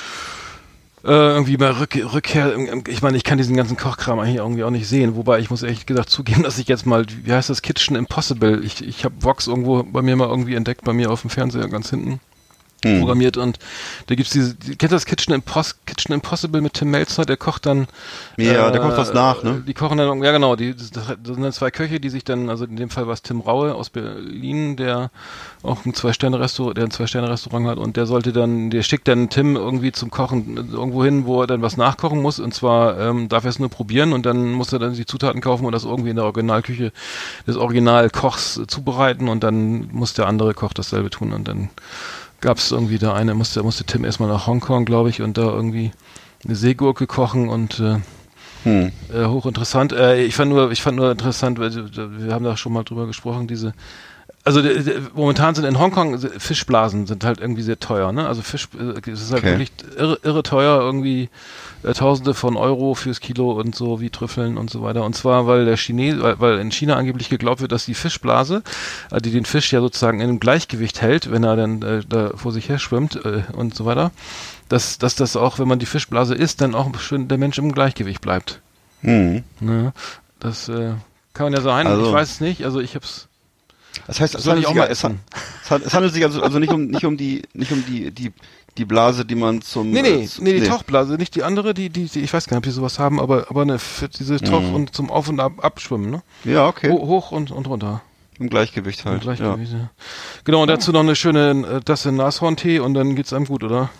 äh, irgendwie mal Rück, Rückkehr, ich meine, ich kann diesen ganzen Kochkram eigentlich irgendwie auch nicht sehen, wobei ich muss ehrlich gesagt zugeben, dass ich jetzt mal, wie heißt das, Kitchen Impossible, ich, ich habe Vox irgendwo bei mir mal irgendwie entdeckt, bei mir auf dem Fernseher ganz hinten Hm. programmiert und da gibt's diese, die- kennt ihr das Kitchen, Impos Kitchen Impossible mit Tim Melzer, der kocht dann Ja, äh, der kocht was nach, ne? Die kochen dann, ja genau, die, das, das sind dann zwei Köche, die sich dann, also in dem Fall war es Tim Raue aus Berlin, der auch ein Zwei-Sterne-Restaurant, der ein Zwei-Sterne-Restaurant hat und der sollte dann, der schickt dann Tim irgendwie zum Kochen irgendwo hin, wo er dann was nachkochen muss und zwar ähm, darf er es nur probieren und dann muss er dann die Zutaten kaufen und das irgendwie in der Originalküche des Originalkochs äh, zubereiten und dann muss der andere Koch dasselbe tun und dann gab es irgendwie da eine, musste, musste Tim erstmal nach Hongkong, glaube ich, und da irgendwie eine Seegurke kochen und äh, Hm. äh, hochinteressant. Äh, ich fand nur, ich fand nur interessant, weil äh, wir haben da schon mal drüber gesprochen, diese also de, de, momentan sind in Hongkong Fischblasen sind halt irgendwie sehr teuer, ne? Also Fisch, äh, es ist halt Okay. wirklich irre, irre teuer, irgendwie äh, Tausende von Euro fürs Kilo und so wie Trüffeln und so weiter. Und zwar, weil der Chines, weil, weil in China angeblich geglaubt wird, dass die Fischblase, äh, die den Fisch ja sozusagen in einem Gleichgewicht hält, wenn er dann äh, da vor sich her schwimmt äh, und so weiter, dass, dass das auch, wenn man die Fischblase isst, dann auch schön der Mensch im Gleichgewicht bleibt. Hm. Ne? Das äh, kann man ja sein, Also- ich weiß es nicht, also ich hab's Das heißt, es Soll ich handelt, auch sich, mal es, essen? es han- es handelt sich also, also nicht um nicht um die nicht um die die die Blase, die man zum Nee, nee, äh, zu- nee, die Tauchblase, nicht die andere, die, die, die, ich weiß gar nicht, ob die sowas haben, aber, aber eine, für diese Tauch- Mhm. und zum Auf- und Ab Abschwimmen, ne? Ja, okay. Ho hoch und, und runter. Im Gleichgewicht halt. Im Gleichgewicht, ja. Genau, und dazu noch eine schöne äh, Tasse Nashorntee und dann geht's einem gut, oder?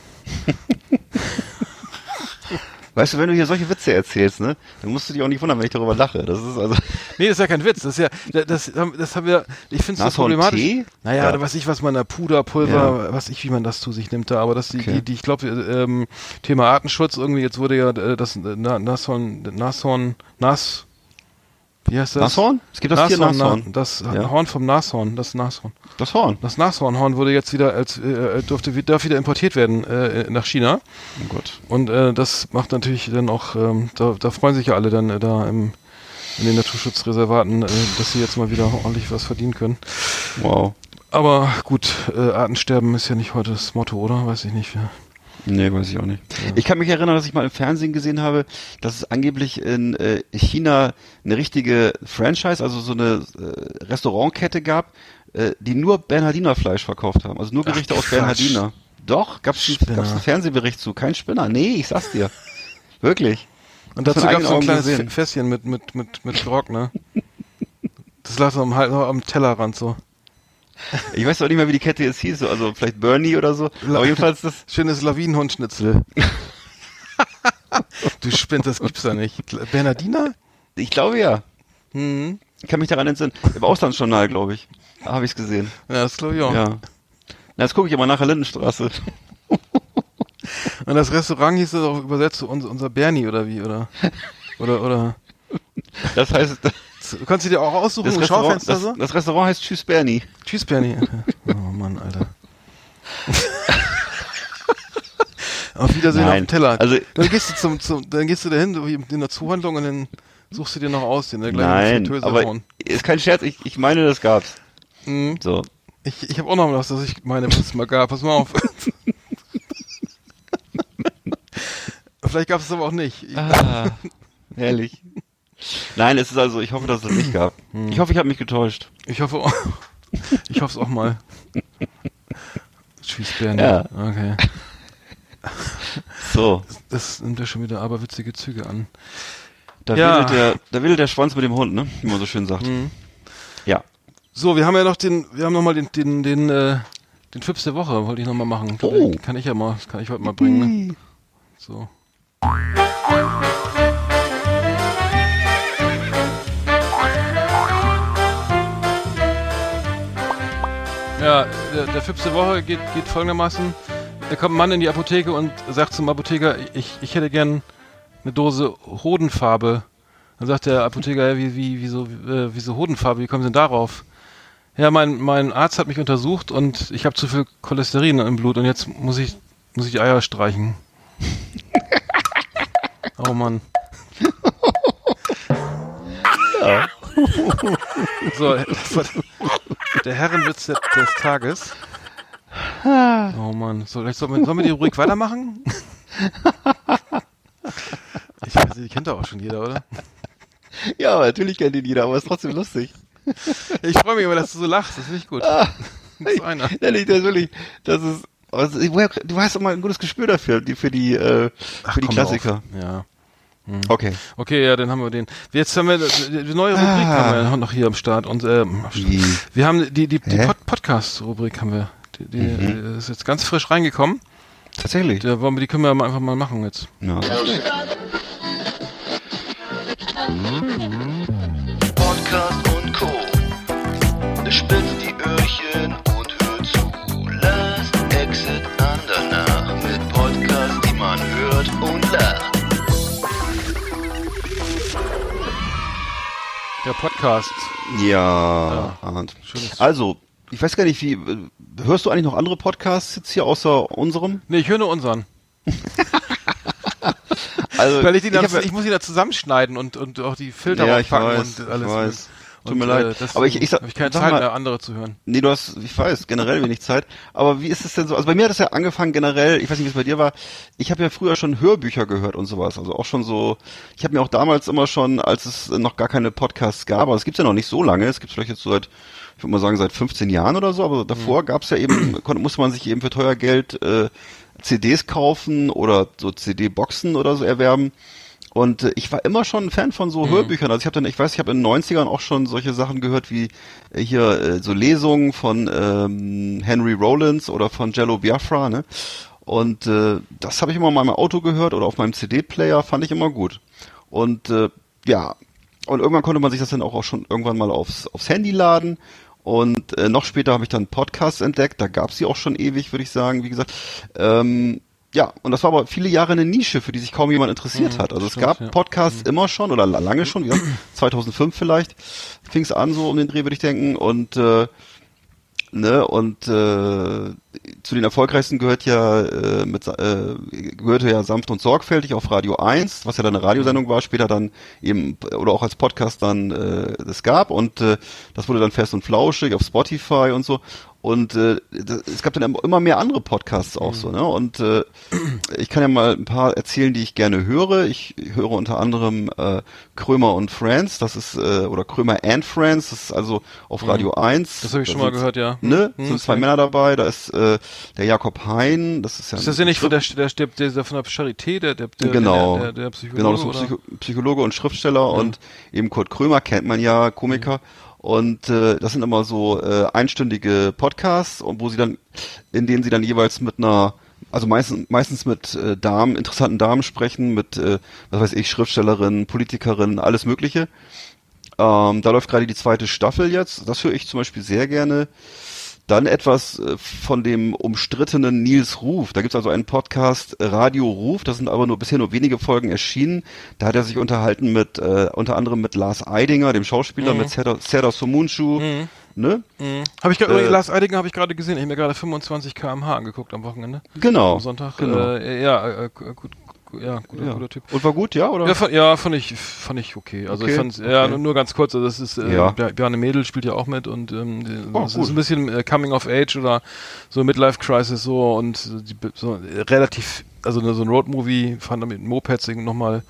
Weißt du, wenn du hier solche Witze erzählst, ne, dann musst du dich auch nicht wundern, wenn ich darüber lache. Das ist also. Nee, das ist ja kein Witz, das ist ja, das, das, das haben wir, ich finde es so Nashorntee? problematisch. Naja, Ja. oder was ich, was man da Puderpulver, was ich, wie man das zu sich nimmt da, aber das, die, Okay. die, die, ich glaube, ähm, Thema Artenschutz irgendwie, jetzt wurde ja äh, das äh, Na- Nashorn, Nashorn, Nas, wie heißt das? Nashorn? Es gibt das Tier Nashorn. Na, das Ja. Horn vom Nashorn, das Nashorn. Das Horn. Das Nashornhorn wurde jetzt wieder als äh, durfte wi- darf wieder importiert werden äh, nach China Oh Gott. und äh, das macht natürlich dann auch ähm, da, da freuen sich ja alle dann äh, da im in den Naturschutzreservaten, äh, dass sie jetzt mal wieder ordentlich was verdienen können. Wow. Aber gut, äh, Artensterben ist ja nicht heute das Motto, oder? Weiß ich nicht. Ja. Nee, weiß ich auch nicht. Ich kann mich erinnern, dass ich mal im Fernsehen gesehen habe, dass es angeblich in äh, China eine richtige Franchise, also so eine äh, Restaurantkette gab, äh, die nur Bernhardiner Fleisch verkauft haben. Also nur Ach, Gerichte aus Quatsch. Bernhardiner. Doch, gab's einen, Spinner. gab's einen Fernsehbericht zu. Kein Spinner. Nee, ich sag's dir. Wirklich. Und Hast du dazu mit gab es so ein eigenen kleines Augen gesehen? F- Fässchen mit mit mit mit Grog, ne? Das lag so am, halt noch am Tellerrand so. Ich weiß auch nicht mehr, wie die Kette jetzt hieß. Also vielleicht Bernie oder so. Aber jedenfalls das. Schönes Lawinenhundschnitzel. Du spinnst, das gibt's da nicht. Bernardiner? Ich glaube ja. Mhm. Ich kann mich daran entsinnen. Im Auslandsjournal, glaube ich. Da habe ich's gesehen. Ja, das glaube ich auch. Ja. Na, jetzt gucke ich aber nachher Lindenstraße. Und das Restaurant hieß das auch übersetzt zu unser, unser Bernie oder wie, oder? Oder, oder? Das heißt, Du kannst du dir auch aussuchen, das ein Restaurant, Schaufenster das, so? das Restaurant heißt Tschüss Bernie. Tschüss, Bernie. Oh Mann, Alter. Auf Wiedersehen Nein. auf dem Teller. Also, dann gehst du zum, zum dann gehst du dahin so wie in der Zuhandlung und dann suchst du dir noch aus, den der gleichen nein, Fritteuse aber hauen. ist kein Scherz, ich, ich meine, das gab's. Mhm. So. Ich, ich habe auch noch was, das ich meine, was es mal gab. Pass mal auf. Vielleicht gab es aber auch nicht. Ich, Ah, herrlich. Nein, es ist also, ich hoffe, dass es nicht gab. Hm. Ich hoffe, ich habe mich getäuscht. ich hoffe auch. Ich hoffe es auch mal. Tschüss, Bernie. Ja. Okay. So, Das nimmt ja schon wieder aberwitzige Züge an. da Ja. wedelt der, da wedelt der Schwanz mit dem Hund, ne? Wie man so schön sagt. Mhm. Ja. So, wir haben ja noch den, wir haben noch mal den, den, den, äh, den Fips der Woche, wollte ich noch mal machen. Oh. Kann ich ja mal, das kann ich heute mal bringen, ne? So. Ja, der, der Fips der Woche geht, geht folgendermaßen. Da kommt ein Mann in die Apotheke und sagt zum Apotheker, ich, ich hätte gern eine Dose Hodenfarbe. Dann sagt der Apotheker, ja, wie, wie, wieso, äh, wieso Hodenfarbe, wie kommen Sie denn darauf? Ja, mein, mein Arzt hat mich untersucht und ich habe zu viel Cholesterin im Blut und jetzt muss ich, muss ich Eier streichen. Oh Mann. Ja. So, der Herrenwitz des, des Tages. Oh Mann. So, vielleicht sollen wir, sollen wir die ruhig weitermachen? Ich weiß nicht, die kennt doch auch schon jeder, oder? Ja, aber natürlich kennt ihn jeder, aber ist trotzdem lustig. Ich freue mich immer, dass du so lachst. Das finde ich gut. Ah, Das ist einer. Ehrlich, das ist wirklich, das ist, also, woher, du hast immer ein gutes Gespür dafür, die, für die, äh, Ach, für die komm Klassiker. auf. Ja. Okay. Okay, ja, dann haben wir den. Jetzt haben wir die die neue Rubrik Ah. haben wir noch hier am Start und ähm, am Start. Wie? Wir haben die die, die Hä? Pod Podcast-Rubrik haben wir. Die, die Mhm. äh, ist jetzt ganz frisch reingekommen. Tatsächlich. Da wollen wir, die können wir mal einfach mal machen jetzt. Ja. Podcast und Co. Spitzt die Öhrchen und hört zu. Last Exit Andernach mit Podcast, die man hört und lacht. Der Podcast. Ja. Arndt. Schönes. Also, ich weiß gar nicht, wie, äh, hörst du eigentlich noch andere Podcasts jetzt hier außer unserem? Nee, ich höre nur unseren. Also, Weil ich, die dann, hab ja- ich muss die da zusammenschneiden und, und auch die Filter Ja, aufpacken ich weiß, und alles. ich weiß. Tut Und, mir leid. Äh, das, Aber ich, ich sag, habe ich keine sag Zeit mal, mehr, andere zu hören. nee, du hast, ich weiß, generell wenig Zeit. Aber wie ist es denn so? Also bei mir hat es ja angefangen generell, ich weiß nicht, wie es bei dir war. Ich habe ja früher schon Hörbücher gehört und sowas. Also auch schon so, ich habe mir auch damals immer schon, als es noch gar keine Podcasts gab, aber es gibt's ja noch nicht so lange, es gibt's vielleicht jetzt so seit, ich würde mal sagen, seit fünfzehn Jahren oder so, aber davor gab's ja eben, konnte, musste man sich eben für teuer Geld äh, C Ds kaufen oder so C D-Boxen oder so erwerben. Und äh, ich war immer schon ein Fan von so Mhm. Hörbüchern. Also ich habe dann, ich weiß, ich habe in den neunzigern auch schon solche Sachen gehört wie äh, hier äh, so Lesungen von ähm, Henry Rollins oder von Jello Biafra, ne? Und äh, das habe ich immer in meinem Auto gehört oder auf meinem C D-Player, fand ich immer gut. Und äh, ja, und irgendwann konnte man sich das dann auch, auch schon irgendwann mal aufs, aufs Handy laden. Und äh, noch später habe ich dann Podcasts entdeckt, da gab's die auch schon ewig, würde ich sagen, wie gesagt. Ähm, ja, und das war aber viele Jahre eine Nische, für die sich kaum jemand interessiert Mhm, hat. Also es stimmt, gab ja. Podcasts immer schon oder lange schon, wie gesagt, zweitausendfünf vielleicht fing es an, so um den Dreh, würde ich denken. Und äh, ne, und äh, zu den erfolgreichsten gehört ja äh, mit äh, gehörte ja Sanft und Sorgfältig auf Radio eins, was ja dann eine Radiosendung war, später dann eben oder auch als Podcast dann äh, das gab und äh, das wurde dann Fest und Flauschig auf Spotify und so. Und äh, das, es gab dann immer mehr andere Podcasts auch so, ne? Und äh, ich kann ja mal ein paar erzählen, die ich gerne höre. Ich höre unter anderem äh, Krömer und Friends, das ist äh, oder Krömer and Friends, das ist also auf Radio eins. Das habe ich Da schon mal sind- gehört, ja. Ne? Mhm, sind zwei okay. Männer dabei, da ist äh, der Jakob Hein, das ist ja Ist das ja nicht von der, der, der, der von der Charité, der, der, der, Genau. der, der, der Psychologe, Genau, das ist oder? ein Psycho Psychologe und Schriftsteller und eben Kurt Krömer kennt man ja, Komiker. Und äh, das sind immer so äh, einstündige Podcasts, und wo sie dann, in denen sie dann jeweils mit einer, also meistens meistens mit äh, Damen, interessanten Damen sprechen, mit, äh, was weiß ich, Schriftstellerinnen, Politikerinnen, alles Mögliche. Ähm, da läuft gerade die zweite Staffel jetzt. Das höre ich zum Beispiel sehr gerne. Dann etwas äh, von dem umstrittenen Nils Ruf. Da gibt's also einen Podcast, äh, Radio Ruf. Das sind aber nur bisher nur wenige Folgen erschienen. Da hat er sich unterhalten mit, äh, unter anderem mit Lars Eidinger, dem Schauspieler, Mhm. mit Serdar, Serdar Somuncu, Mhm. ne? Mhm. Habe ich gerade, Äh, Lars Eidinger habe ich gerade gesehen, ich habe mir gerade fünfundzwanzig Kilometer pro Stunde angeguckt am Wochenende. Genau. Am Sonntag. Genau. Äh, ja, äh, gut, ja, guter, Ja. guter Typ. Und war gut, ja, oder? Ja, fand, ja, fand ich, fand ich okay. Also Okay, ich fand, ja, okay. nur, nur ganz kurz. Also das ist, äh, Ja. Bjarne Mädel spielt ja auch mit und ähm, die- Oh, das gut. ist ein bisschen äh, Coming of Age oder so Midlife Crisis so und die, so äh, relativ, also so ein Roadmovie, fand er mit Mopeds nochmal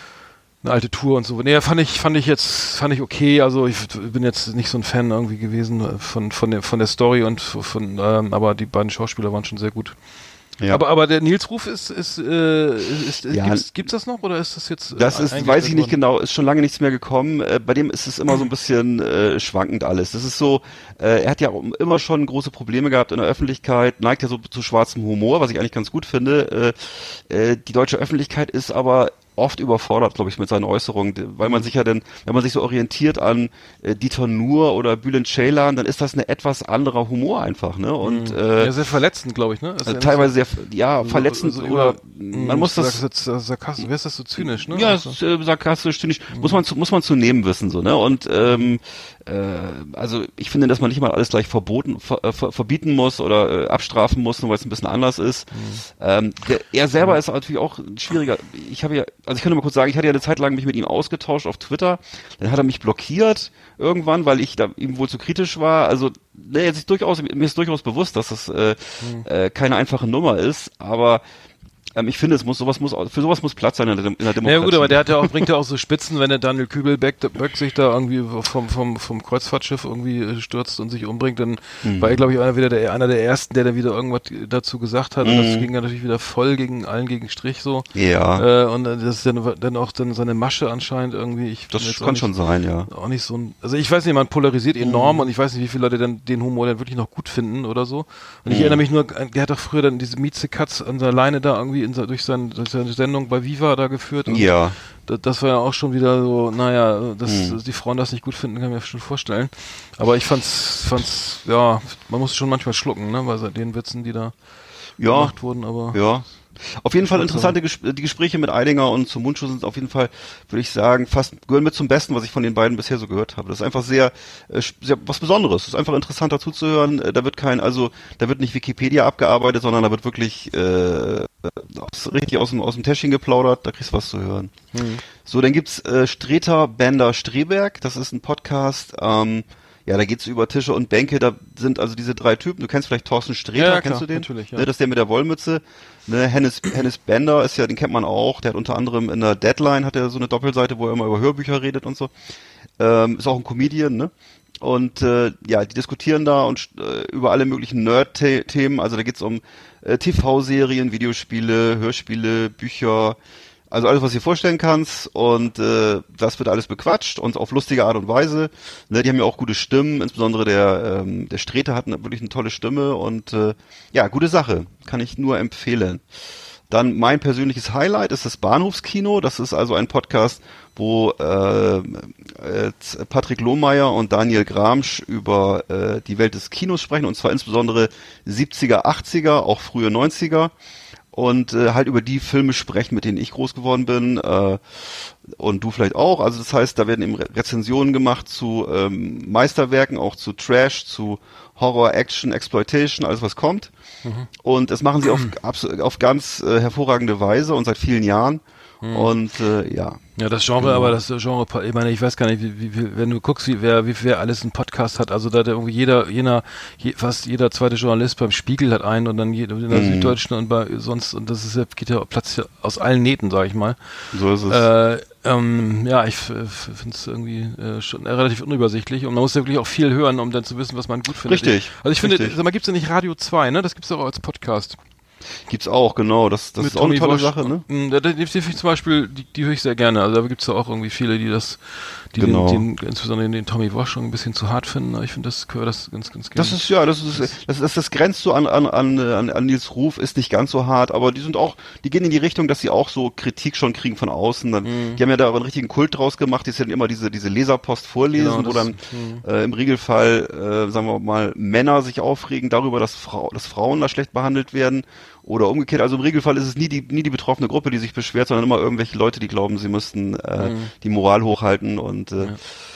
eine alte Tour und so. Nee, fand ich, fand ich jetzt, fand ich okay. Also ich bin jetzt nicht so ein Fan irgendwie gewesen von von der von der Story und von, ähm, aber die beiden Schauspieler waren schon sehr gut. Ja. Aber aber der Nils Ruf ist ist, äh, ist, ist Ja. gibt's, gibt's das noch oder ist das jetzt? äh, Das ist, eingestellt weiß ich nicht worden? genau, ist schon lange nichts mehr gekommen. Äh, bei dem ist es immer so ein bisschen äh, schwankend alles. Das ist so, äh, er hat ja auch immer schon große Probleme gehabt in der Öffentlichkeit, neigt ja so zu schwarzem Humor, was ich eigentlich ganz gut finde. Äh, äh, die deutsche Öffentlichkeit ist aber oft überfordert, glaube ich, mit seinen Äußerungen, weil man sich ja dann, wenn man sich so orientiert an äh, Dieter Nuhr oder Bülent Ceylan, dann ist das ein etwas anderer Humor einfach, ne? Und äh, Ja, sehr verletzend, glaube ich, ne? Das ist äh, ja teilweise sehr, ja, so- verletzend so oder über- man muss du das sagst jetzt sarkastisch, wer ist das so zynisch, ne? ja, Also- es ist, äh, sarkastisch, zynisch, muss man zu, muss man zu nehmen wissen, so, ne? Und ähm, äh, also ich finde, dass man nicht mal alles gleich verboten, ver, äh, ver, verbieten muss oder äh, abstrafen muss, nur weil es ein bisschen anders ist. Ähm, der, er selber ist natürlich auch ein schwieriger. Ich habe ja, also ich kann nur mal kurz sagen, ich hatte ja eine Zeit lang mich mit ihm ausgetauscht auf Twitter, dann hat er mich blockiert irgendwann, weil ich da ihm wohl zu kritisch war. Also ne, jetzt ist durchaus, mir ist durchaus bewusst, dass das äh, äh, keine einfache Nummer ist, aber ähm, ich finde, es muss sowas muss für sowas muss Platz sein in der, Dem- in der Demokratie. Ja gut, aber der hat ja auch, bringt ja auch so Spitzen, wenn der Daniel Kübelbeck Böck sich da irgendwie vom, vom, vom Kreuzfahrtschiff irgendwie äh, stürzt und sich umbringt, dann war er, glaube ich, einer wieder der, einer der ersten, der da wieder irgendwas dazu gesagt hat. Und das ging ja natürlich wieder voll gegen allen gegen Strich so. Ja. Äh, und äh, das ist dann, dann auch dann seine Masche anscheinend irgendwie. Ich bin Das jetzt auch kann nicht- schon sein, ja. Auch nicht so ein, also ich weiß nicht, man polarisiert enorm und ich weiß nicht, wie viele Leute dann den Humor dann wirklich noch gut finden oder so. Und ich erinnere mich nur, an- der hat doch früher dann diese Mieze Katz an der Leine da irgendwie in, se- durch, sein, durch seine Sendung bei Viva da geführt. Und Ja. da, das war ja auch schon wieder so, naja, dass Mhm. dass die Frauen das nicht gut finden, kann ich mir schon vorstellen. Aber ich fand's, fand's, ja, man muss schon manchmal schlucken, ne, bei den Witzen, die da Ja. gemacht wurden, aber. Ja. Auf jeden Fall Also- interessante Ges- die Gespräche mit Eidinger und zum Mundschuh sind auf jeden Fall, würde ich sagen, fast gehören mit zum Besten, was ich von den beiden bisher so gehört habe. Das ist einfach sehr, äh, sehr was Besonderes. Das ist einfach interessant dazu zu hören. Äh, Da wird kein, also da wird nicht Wikipedia abgearbeitet, sondern da wird wirklich äh, aus, richtig aus dem aus dem Täschchen geplaudert. Da kriegst du was zu hören. Mhm. So, dann gibt's äh, Streter Bender Streberg. Das ist ein Podcast. Ähm, ja, da geht's über Tische und Bänke. Da sind also diese drei Typen. Du kennst vielleicht Thorsten Sträter, Ja, ja, kennst klar, du den? natürlich, ja. Ne, das ist der mit der Wollmütze. Ne, Hennes, Hennes Bender ist ja, den kennt man auch. Der hat unter anderem in der Deadline hat er so eine Doppelseite, wo er immer über Hörbücher redet und so. Ähm, ist auch ein Comedian, ne? Und äh, ja, die diskutieren da und äh, über alle möglichen Nerd-Themen. Also da geht's um äh, T V-Serien, Videospiele, Hörspiele, Bücher, also alles, was du dir vorstellen kannst. Und äh, das wird alles bequatscht und auf lustige Art und Weise. Ne, die haben ja auch gute Stimmen, insbesondere der ähm, der Sträter hat eine, wirklich eine tolle Stimme und äh, ja, gute Sache, kann ich nur empfehlen. Dann mein persönliches Highlight ist das Bahnhofskino. Das ist also ein Podcast, wo äh, äh, Patrick Lohmeier und Daniel Gramsch über äh, die Welt des Kinos sprechen, und zwar insbesondere siebziger, achtziger, auch frühe neunziger. Und äh, halt über die Filme sprechen, mit denen ich groß geworden bin, äh, und du vielleicht auch. Also das heißt, da werden eben Re- Rezensionen gemacht zu ähm, Meisterwerken, auch zu Trash, zu Horror, Action, Exploitation, alles was kommt. Und das machen sie auf, abs- auf ganz äh, hervorragende Weise und seit vielen Jahren. Und äh, ja. Ja, das Genre, aber das Genre, ich meine, ich weiß gar nicht, wie, wie, wie wenn du guckst, wie wer, wie wer alles einen Podcast hat, also da hat irgendwie jeder, jener, je, fast jeder zweite Journalist beim Spiegel hat einen und dann jeder in der Mhm. Süddeutschen und bei sonst, und das ist ja, geht ja Platz ja aus allen Nähten, sag ich mal. So ist es. Äh, ähm, ja, ich finde es irgendwie äh, schon relativ unübersichtlich und man muss ja wirklich auch viel hören, um dann zu wissen, was man gut findet. Richtig, Also ich finde, richtig. sag mal, gibt's ja nicht Radio zwei, ne? Das gibt's auch als Podcast. Gibt's auch, genau. Das, das Mit ist auch eine Tommy tolle Walsh. Sache, ne? Mm, Da, da, die, die finde ich zum Beispiel, die, die höre ich sehr gerne. Also da gibt's ja auch irgendwie viele, die das, die Genau. den, den, insbesondere den, den Tommy Walsh schon ein bisschen zu hart finden. Aber ich finde, das höre das ganz, ganz gerne. Das ist ja, das ist das, das, das grenzt so an an an an an Nils Ruf, ist nicht ganz so hart, aber die sind auch, die gehen in die Richtung, dass sie auch so Kritik schon kriegen von außen. Dann, Mhm. Die haben ja da auch einen richtigen Kult draus gemacht, die dann immer diese diese Leserpost vorlesen, Genau, wo das- dann äh, im Regelfall, äh, sagen wir mal, Männer sich aufregen darüber, dass Frau, dass Frauen da schlecht behandelt werden. Oder umgekehrt, also im Regelfall ist es nie die nie die betroffene Gruppe, die sich beschwert, sondern immer irgendwelche Leute, die glauben, sie müssten äh, Mhm. die Moral hochhalten und äh,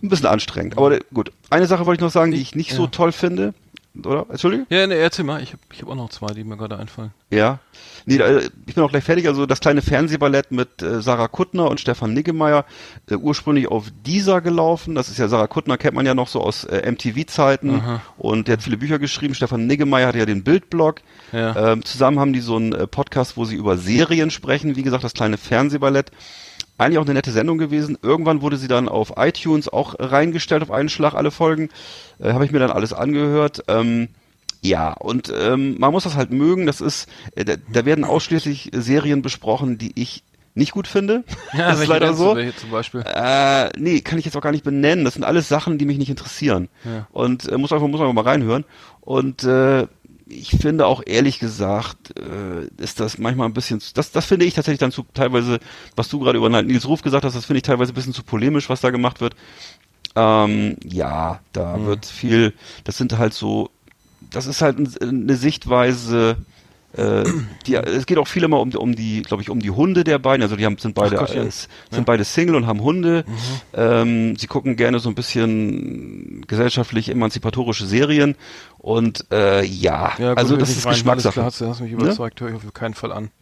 ein bisschen anstrengend. Aber gut, eine Sache wollte ich noch sagen, die ich nicht ja. so toll finde. Oder? Entschuldige? Ja, ne, erzähl mal. Ich habe ich hab auch noch zwei, die mir gerade einfallen. Ja. Nee, da, ich bin auch gleich fertig. Also das kleine Fernsehballett mit äh, Sarah Kuttner und Stefan Niggemeier, äh, ursprünglich auf Deezer gelaufen. Das ist ja, Sarah Kuttner kennt man ja noch so aus äh, M T V-Zeiten. Aha. Und der hat viele Bücher geschrieben. Stefan Niggemeier hatte ja den Bildblog. Ja. Ähm, zusammen haben die so einen äh, Podcast, wo sie über Serien sprechen. Wie gesagt, das kleine Fernsehballett. Eigentlich auch eine nette Sendung gewesen. Irgendwann wurde sie dann auf iTunes auch reingestellt, auf einen Schlag, alle Folgen. Äh, Habe ich mir dann alles angehört. Ähm, ja, und ähm, man muss das halt mögen. Das ist, äh, da, da werden ausschließlich Serien besprochen, die ich nicht gut finde. Ja, das ist leider so. Welche zum Beispiel? Äh, nee, kann ich jetzt auch gar nicht benennen. Das sind alles Sachen, die mich nicht interessieren. Ja. Und äh, muss einfach, muss man einfach mal reinhören. Und äh, ich finde auch ehrlich gesagt, äh, ist das manchmal ein bisschen, das, das finde ich tatsächlich dann zu, teilweise, was du gerade über Nils Ruf gesagt hast, das finde ich teilweise ein bisschen zu polemisch, was da gemacht wird. Ähm, ja, da Mhm. wird viel, das sind halt so, das ist halt ein, eine Sichtweise, äh, die, es geht auch viel immer um, um die, glaube ich, um die Hunde der beiden, also die haben, sind beide, Ach Gott, ja. äh, sind Ja. beide Single und haben Hunde. Mhm. Ähm, sie gucken gerne so ein bisschen gesellschaftlich emanzipatorische Serien und äh, ja, Ja, gut, also will das ich ist nicht rein. Alles klar, Geschmackssache. hast, du- hast mich überzeugt, höre ich auf keinen Fall an.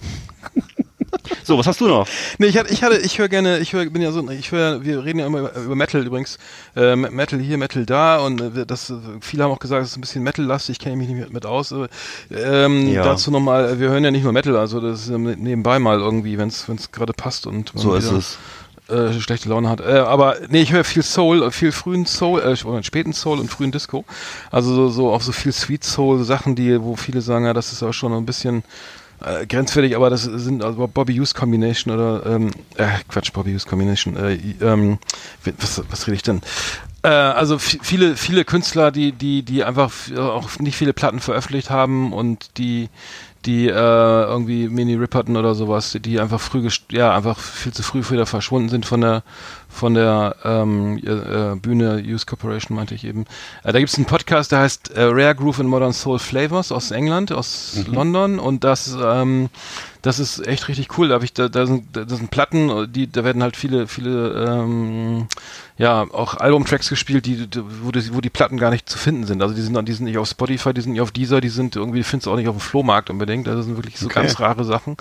So, was hast du noch? Nee, ich hatte, ich hatte, ich höre gerne, ich höre, bin ja so, ich höre, wir reden ja immer über, über Metal übrigens, äh, Metal hier, Metal da und äh, das, viele haben auch gesagt, es ist ein bisschen Metal-lastig, kenne ich mich nicht mit aus. Aber, ähm, Ja. dazu nochmal, wir hören ja nicht nur Metal, also das ist ähm, nebenbei mal irgendwie, wenn es gerade passt und man So ist wieder, es. Äh, schlechte Laune hat. Äh, aber nee, ich höre viel Soul, viel frühen Soul, äh, oder späten Soul und frühen Disco. Also so, so auch so viel Sweet Soul Sachen, die, wo viele sagen, ja, das ist auch schon ein bisschen äh, grenzwertig, aber das sind also Bobby Hughes Combination oder ähm, äh, Quatsch, Bobby Hughes Combination. Äh, ähm, was, was rede ich denn? Äh, also f- viele, viele Künstler, die, die, die einfach f- auch nicht viele Platten veröffentlicht haben und die die äh, irgendwie Minnie Riperton oder sowas, die einfach früh, gest- ja, einfach viel zu früh wieder verschwunden sind von der von der ähm, äh, Bühne Hughes Corporation, meinte ich eben. Äh, da gibt es einen Podcast, der heißt äh, Rare Groove and Modern Soul Flavors aus England, aus Mhm. London und das ähm, das ist echt richtig cool. Da habe ich da, da sind da sind Platten, die da werden halt viele viele ähm, ja auch Albumtracks gespielt, die, die wo, die wo die Platten gar nicht zu finden sind. Also die sind die sind nicht auf Spotify, die sind nicht auf Deezer, die sind irgendwie findest du auch nicht auf dem Flohmarkt unbedingt. Das sind wirklich so Okay. ganz rare Sachen.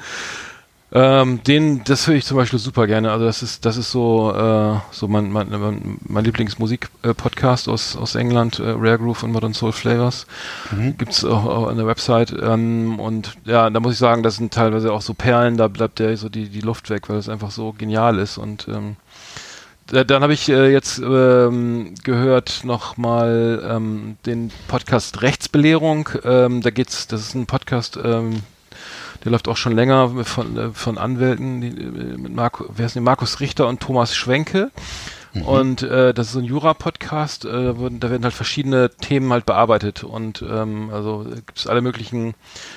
Ähm, den, das höre ich zum Beispiel super gerne. Also das ist, das ist so, äh, so mein, mein, mein, mein Lieblingsmusik-Podcast aus, aus England, äh, Rare Groove und Modern Soul Flavors. Mhm. Gibt's auch, auch an der Website. Ähm, und ja, da muss ich sagen, das sind teilweise auch so Perlen, da bleibt der so die, die Luft weg, weil es einfach so genial ist. Und ähm, da- dann habe ich äh, jetzt ähm, gehört nochmal ähm, den Podcast Rechtsbelehrung. Ähm, da geht's, das ist ein Podcast, ähm, der läuft auch schon länger von, äh, von Anwälten, die, äh, mit Marco, wer ist denn, Markus Richter und Thomas Schwenke. Und äh, das ist so ein Jura-Podcast, äh, da wurden- da werden halt verschiedene Themen halt bearbeitet und ähm, also gibt es alle möglichen,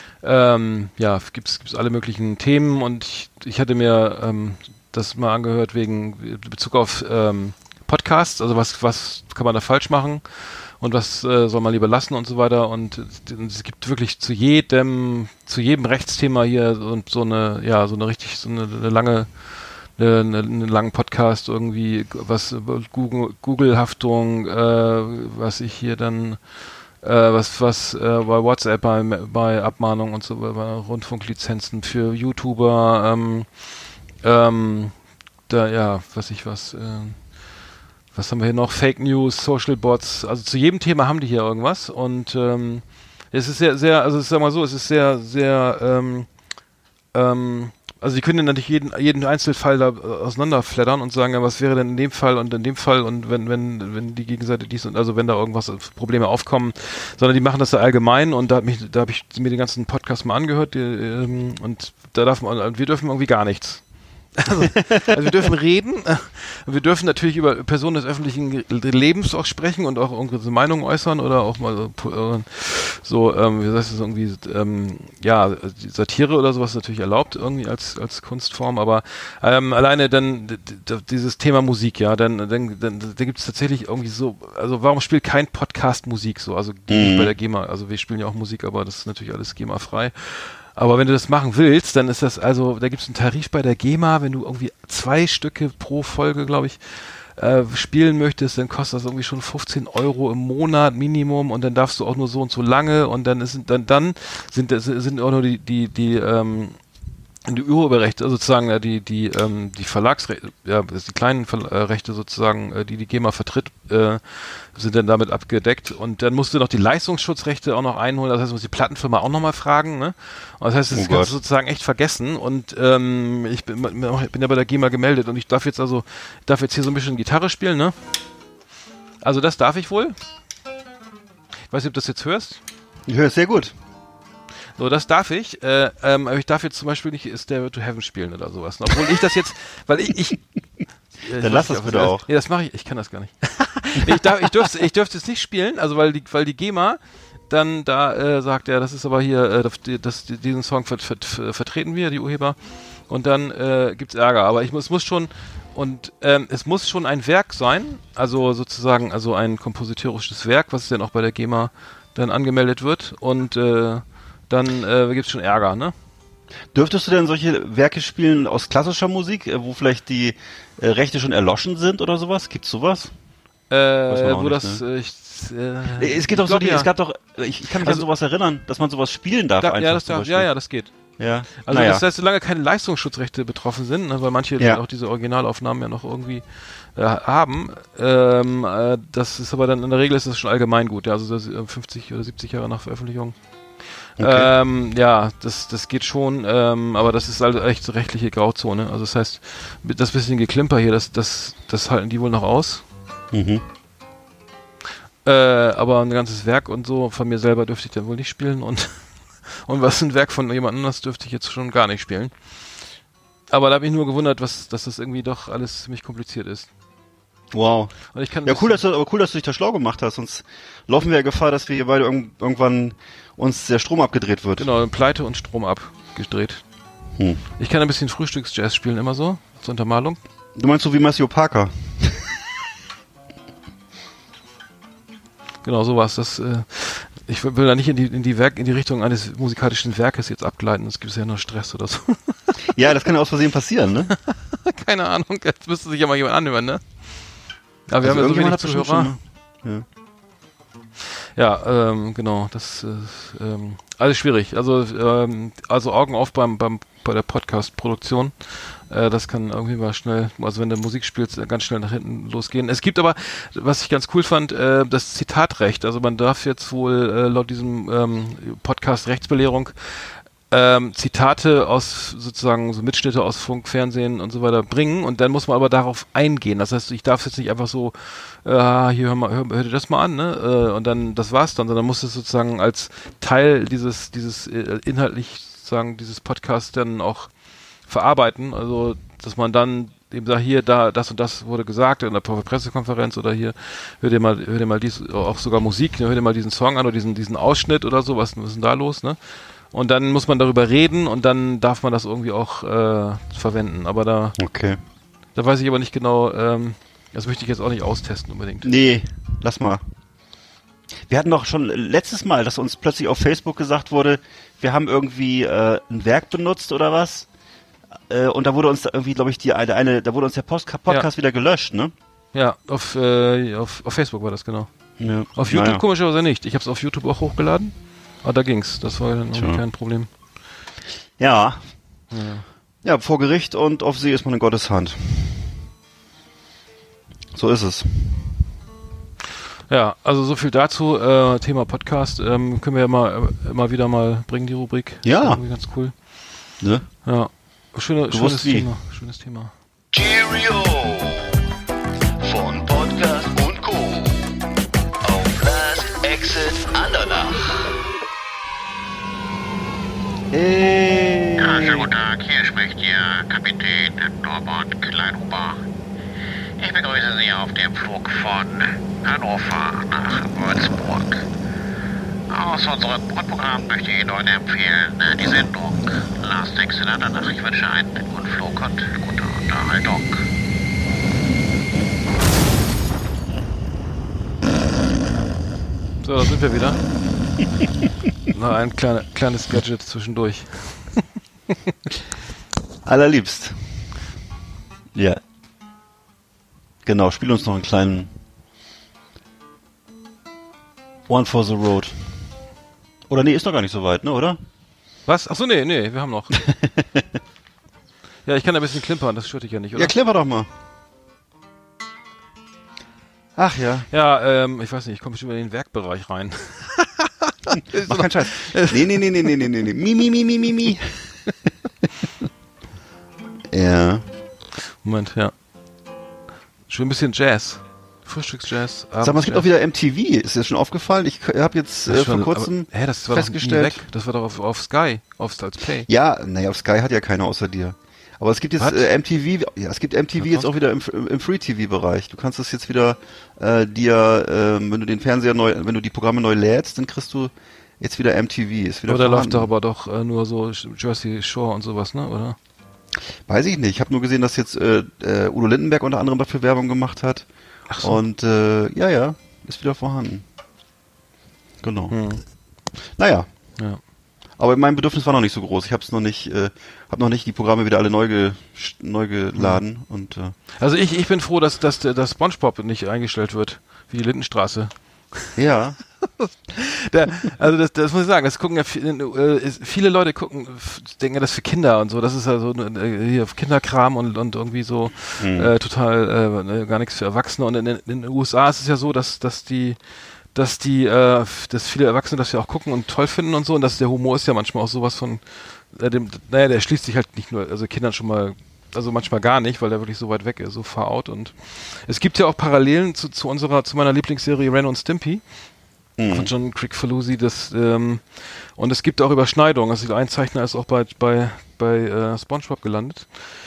ähm, ja, gibt's gibt's alle möglichen Themen und ich, ich hatte mir ähm, das mal angehört wegen Bezug auf ähm, Podcasts, also was was kann man da falsch machen und was äh, soll man lieber lassen und so weiter und äh, es gibt wirklich zu jedem zu jedem Rechtsthema hier so, so eine ja so eine richtig so eine, eine lange eine, eine, einen langen Podcast irgendwie was Google Google Haftung äh, was ich hier dann äh, was was äh, bei WhatsApp bei bei Abmahnungen und so bei Rundfunklizenzen für YouTuber ähm, ähm, da ja was ich was äh, was haben wir hier noch? Fake News, Social Bots, also zu jedem Thema haben die hier irgendwas und ähm, es ist sehr, sehr, also ich sag mal so, es ist sehr, sehr, ähm, ähm, also die können natürlich jeden, jeden Einzelfall da äh, auseinanderflattern und sagen, ja, was wäre denn in dem Fall und in dem Fall und wenn, wenn, wenn die Gegenseite dies und also wenn da irgendwas Probleme aufkommen, sondern die machen das da allgemein und da hat mich, da habe ich mir den ganzen Podcast mal angehört die, ähm, und da darf man, wir dürfen irgendwie gar nichts. Also, also wir dürfen reden, äh, wir dürfen natürlich über Personen des öffentlichen Lebens auch sprechen und auch unsere Meinung äußern oder auch mal so, äh, so ähm, wie heißt das irgendwie, ähm, ja, Satire oder sowas ist natürlich erlaubt irgendwie als als Kunstform, aber ähm, alleine dann d- d- dieses Thema Musik, ja, dann dann, dann da gibt es tatsächlich irgendwie so, also warum spielt kein Podcast Musik so, also Mhm. bei der GEMA, also wir spielen ja auch Musik, aber das ist natürlich alles GEMA-frei. Aber wenn du das machen willst, dann ist das also, da gibt es einen Tarif bei der GEMA, wenn du irgendwie zwei Stücke pro Folge, glaube ich, äh, spielen möchtest, dann kostet das irgendwie schon fünfzehn Euro im Monat Minimum und dann darfst du auch nur so und so lange und dann ist dann dann sind das sind auch nur die die die ähm, die Urheberrechte, also sozusagen äh, die die ähm, die Verlagsrechte, ja, die kleinen Ver- äh, Rechte sozusagen, äh, die die GEMA vertritt, äh, sind dann damit abgedeckt und dann musst du noch die Leistungsschutzrechte auch noch einholen, das heißt, du musst die Plattenfirma auch nochmal fragen, ne? Und das heißt, das Oh kannst du Gott. sozusagen echt vergessen und ähm, ich bin, bin ja bei der GEMA gemeldet und ich darf jetzt also, ich darf jetzt hier so ein bisschen Gitarre spielen, ne? Also das darf ich wohl. Ich weiß nicht, ob du das jetzt hörst. Ich höre es sehr gut. So, das darf ich, äh, ähm, aber ich darf jetzt zum Beispiel nicht Stairway to Heaven spielen oder sowas. Obwohl ich das jetzt, weil ich, ich äh, Dann lass das bitte auch. Nee, das mache ich, ich kann das gar nicht. nee, ich darf, ich dürfte, ich dürfte es nicht spielen, also weil die, weil die GEMA dann da äh, sagt, ja, das ist aber hier, äh, das, das, diesen Song ver, ver, ver, vertreten wir, die Urheber, und dann äh, gibt's Ärger. Aber ich muss, es muss schon und ähm, es muss schon ein Werk sein, also sozusagen, also ein kompositorisches Werk, was dann auch bei der GEMA dann angemeldet wird und äh, dann äh, gibt's schon Ärger, ne? Dürftest du denn solche Werke spielen aus klassischer Musik, äh, wo vielleicht die äh, Rechte schon erloschen sind oder sowas? Gibt's sowas? Weiß man Äh, auch wo nicht, das, ne? äh, ich, äh, Es geht doch ich so, glaub, die, ja. es gab doch, ich, ich kann mich Also- an sowas erinnern, dass man sowas spielen darf Da, einfach. ja, das zum darf, Beispiel. ja, ja, das geht. Ja. Also naja. das heißt, solange keine Leistungsschutzrechte betroffen sind, ne, weil manche Ja. auch diese Originalaufnahmen ja noch irgendwie äh, haben, ähm, äh, das ist aber dann in der Regel ist das schon allgemeingut, ja, also das, äh, fünfzig oder siebzig Jahre nach Veröffentlichung. Okay. Ähm, ja, das, das geht schon, ähm, aber das ist also echt so rechtliche Grauzone. Also das heißt, mit das bisschen Geklimper hier, das, das, das halten die wohl noch aus. Mhm. Äh, aber ein ganzes Werk und so von mir selber dürfte ich dann wohl nicht spielen und und was ein Werk von jemand anders dürfte ich jetzt schon gar nicht spielen. Aber da habe ich nur gewundert, was, dass das irgendwie doch alles ziemlich kompliziert ist. Wow. Und ich kann Ja, cool, dass du, aber cool, dass du dich da schlau gemacht hast, sonst laufen wir ja Gefahr, dass wir hier beide irg- irgendwann uns der Strom abgedreht wird. Genau, Pleite und Strom abgedreht. Hm. Ich kann ein bisschen Frühstücksjazz spielen, immer so, zur Untermalung. Du meinst so wie Matthew Parker? Genau, sowas. Das, äh, ich will da nicht in die, in die Werk, in die Richtung eines musikalischen Werkes jetzt abgleiten, es gibt ja nur Stress oder so. Ja, das kann ja aus Versehen passieren, ne? Keine Ahnung, jetzt müsste sich ja mal jemand anhören, ne? Aber wir Also haben ja so wenig irgendjemand hat bestimmt Zuhörer. schon mal- Ja, ähm, genau, das ist ähm, alles schwierig. Also, ähm, also Augen auf beim, beim bei der Podcast-Produktion. Äh, das kann irgendwie mal schnell, also wenn du Musik spielst, äh, ganz schnell nach hinten losgehen. Es gibt aber, was ich ganz cool fand, äh, das Zitatrecht. Also man darf jetzt wohl äh, laut diesem ähm, Podcast Rechtsbelehrung ähm, Zitate aus sozusagen so Mitschnitte aus Funk, Fernsehen und so weiter bringen und dann muss man aber darauf eingehen. Das heißt, ich darf jetzt nicht einfach so, äh, hier hör mal, hör, hör dir das mal an, ne? Äh, und dann das war's dann, sondern muss es sozusagen als Teil dieses dieses äh, inhaltlich sozusagen dieses Podcasts dann auch verarbeiten. Also dass man dann eben sagt, hier, da, das und das wurde gesagt in der Pressekonferenz oder hier, hör dir mal, hör dir mal dies, auch sogar Musik, ne? Hör dir mal diesen Song an oder diesen diesen Ausschnitt oder so, was, was ist denn da los, ne? Und dann muss man darüber reden und dann darf man das irgendwie auch äh, verwenden. Aber da, Okay. da weiß ich aber nicht genau, ähm, das möchte ich jetzt auch nicht austesten unbedingt. Nee, lass mal. Wir hatten doch schon letztes Mal, dass uns plötzlich auf Facebook gesagt wurde, wir haben irgendwie äh, ein Werk benutzt oder was. Äh, und da wurde uns da irgendwie, glaube ich, die eine, eine, da wurde uns der Post Podcast wieder gelöscht, ne? Ja, auf, äh, auf, auf Facebook war das genau. Ja. Auf YouTube Naja. komischerweise nicht. Ich habe es auf YouTube auch hochgeladen. Aber da ging's. Das war dann irgendwie Tja. kein Problem. Ja. Ja. Ja, vor Gericht und auf See ist man in Gottes Hand. So ist es. Ja, also so viel dazu. Äh, Thema Podcast. Ähm, können wir ja mal äh, immer wieder mal bringen, die Rubrik. Ja. Ist irgendwie ganz cool. Ne? Ja. Schöne, Gewusst schönes wie. Thema. Schönes Thema. Cheerio von Podcast und Co. auf Last Exit Andernach. Hey. Ja, schönen guten Tag, hier spricht Ihr Kapitän Norbert Kleinhuber. Ich begrüße Sie auf dem Flug von Hannover nach Würzburg. Aus unserem Bordprogramm möchte ich Ihnen heute empfehlen die Sendung Last Exit Andernach. Ich wünsche einen guten Flug und gute Unterhaltung. So, da sind wir wieder. Na, ein kleine, kleines Gadget zwischendurch. Allerliebst. Ja. Genau, spiel uns noch einen kleinen One for the Road. Oder nee, ist noch gar nicht so weit, ne, oder? Was? Achso, nee, nee, wir haben noch. Ja, ich kann ein bisschen klimpern, das stört dich ja nicht, oder? Ja, klimper doch mal. Ach ja. Ja, ähm, ich weiß nicht, ich komme bestimmt in den Werkbereich rein. Mach keinen Scheiß. Nee, nee, nee, nee, nee, nee, nee. Mi, mi, mi, mi, mi, mi. Ja. Moment, ja. Schon ein bisschen Jazz. Frühstücksjazz. Sag mal, es gibt auch wieder M T V. Ist dir das schon aufgefallen? Ich habe jetzt äh, vor kurzem aber, hä, das war festgestellt. Doch nie weg. Das war doch auf, auf Sky, auf Styles Pay. Ja, naja, auf Sky hat ja keiner außer dir. Aber es gibt jetzt äh, M T V, ja, es gibt M T V jetzt auch wieder im, im, im Free-T V-Bereich. Du kannst es jetzt wieder äh, dir, äh, wenn du den Fernseher neu, wenn du die Programme neu lädst, dann kriegst du jetzt wieder M T V. Ist wieder aber da vorhanden. läuft doch aber doch äh, nur so Jersey Shore und sowas, ne, oder? Weiß ich nicht. Ich habe nur gesehen, dass jetzt äh, äh, Udo Lindenberg unter anderem dafür Werbung gemacht hat. Ach so. Und äh, ja, ja, ist wieder vorhanden. Genau. Hm. Naja. Ja. Aber mein Bedürfnis war noch nicht so groß. Ich habe es noch nicht, äh, habe noch nicht die Programme wieder alle neu, ge, neu geladen. Mhm. Und, äh, also ich, ich bin froh, dass, dass das SpongeBob nicht eingestellt wird, wie die Lindenstraße. Ja. Der, also das, das muss ich sagen, das gucken ja viele, äh, viele Leute gucken, denken das für Kinder und so, das ist ja so äh, hier Kinderkram und, und irgendwie so mhm. äh, total äh, gar nichts für Erwachsene. Und in, in den U S A ist es ja so, dass dass die dass die äh, dass viele Erwachsene das ja auch gucken und toll finden und so, und dass der Humor ist ja manchmal auch sowas von äh, dem, naja, der schließt sich halt nicht nur, also Kindern schon mal, also manchmal gar nicht, weil der wirklich so weit weg ist, so far out. Und es gibt ja auch Parallelen zu, zu unserer, zu meiner Lieblingsserie Ren und Stimpy von John Kricfalusi, das ähm, und es gibt auch Überschneidungen. Also ein Zeichner ist auch bei bei bei äh, SpongeBob gelandet.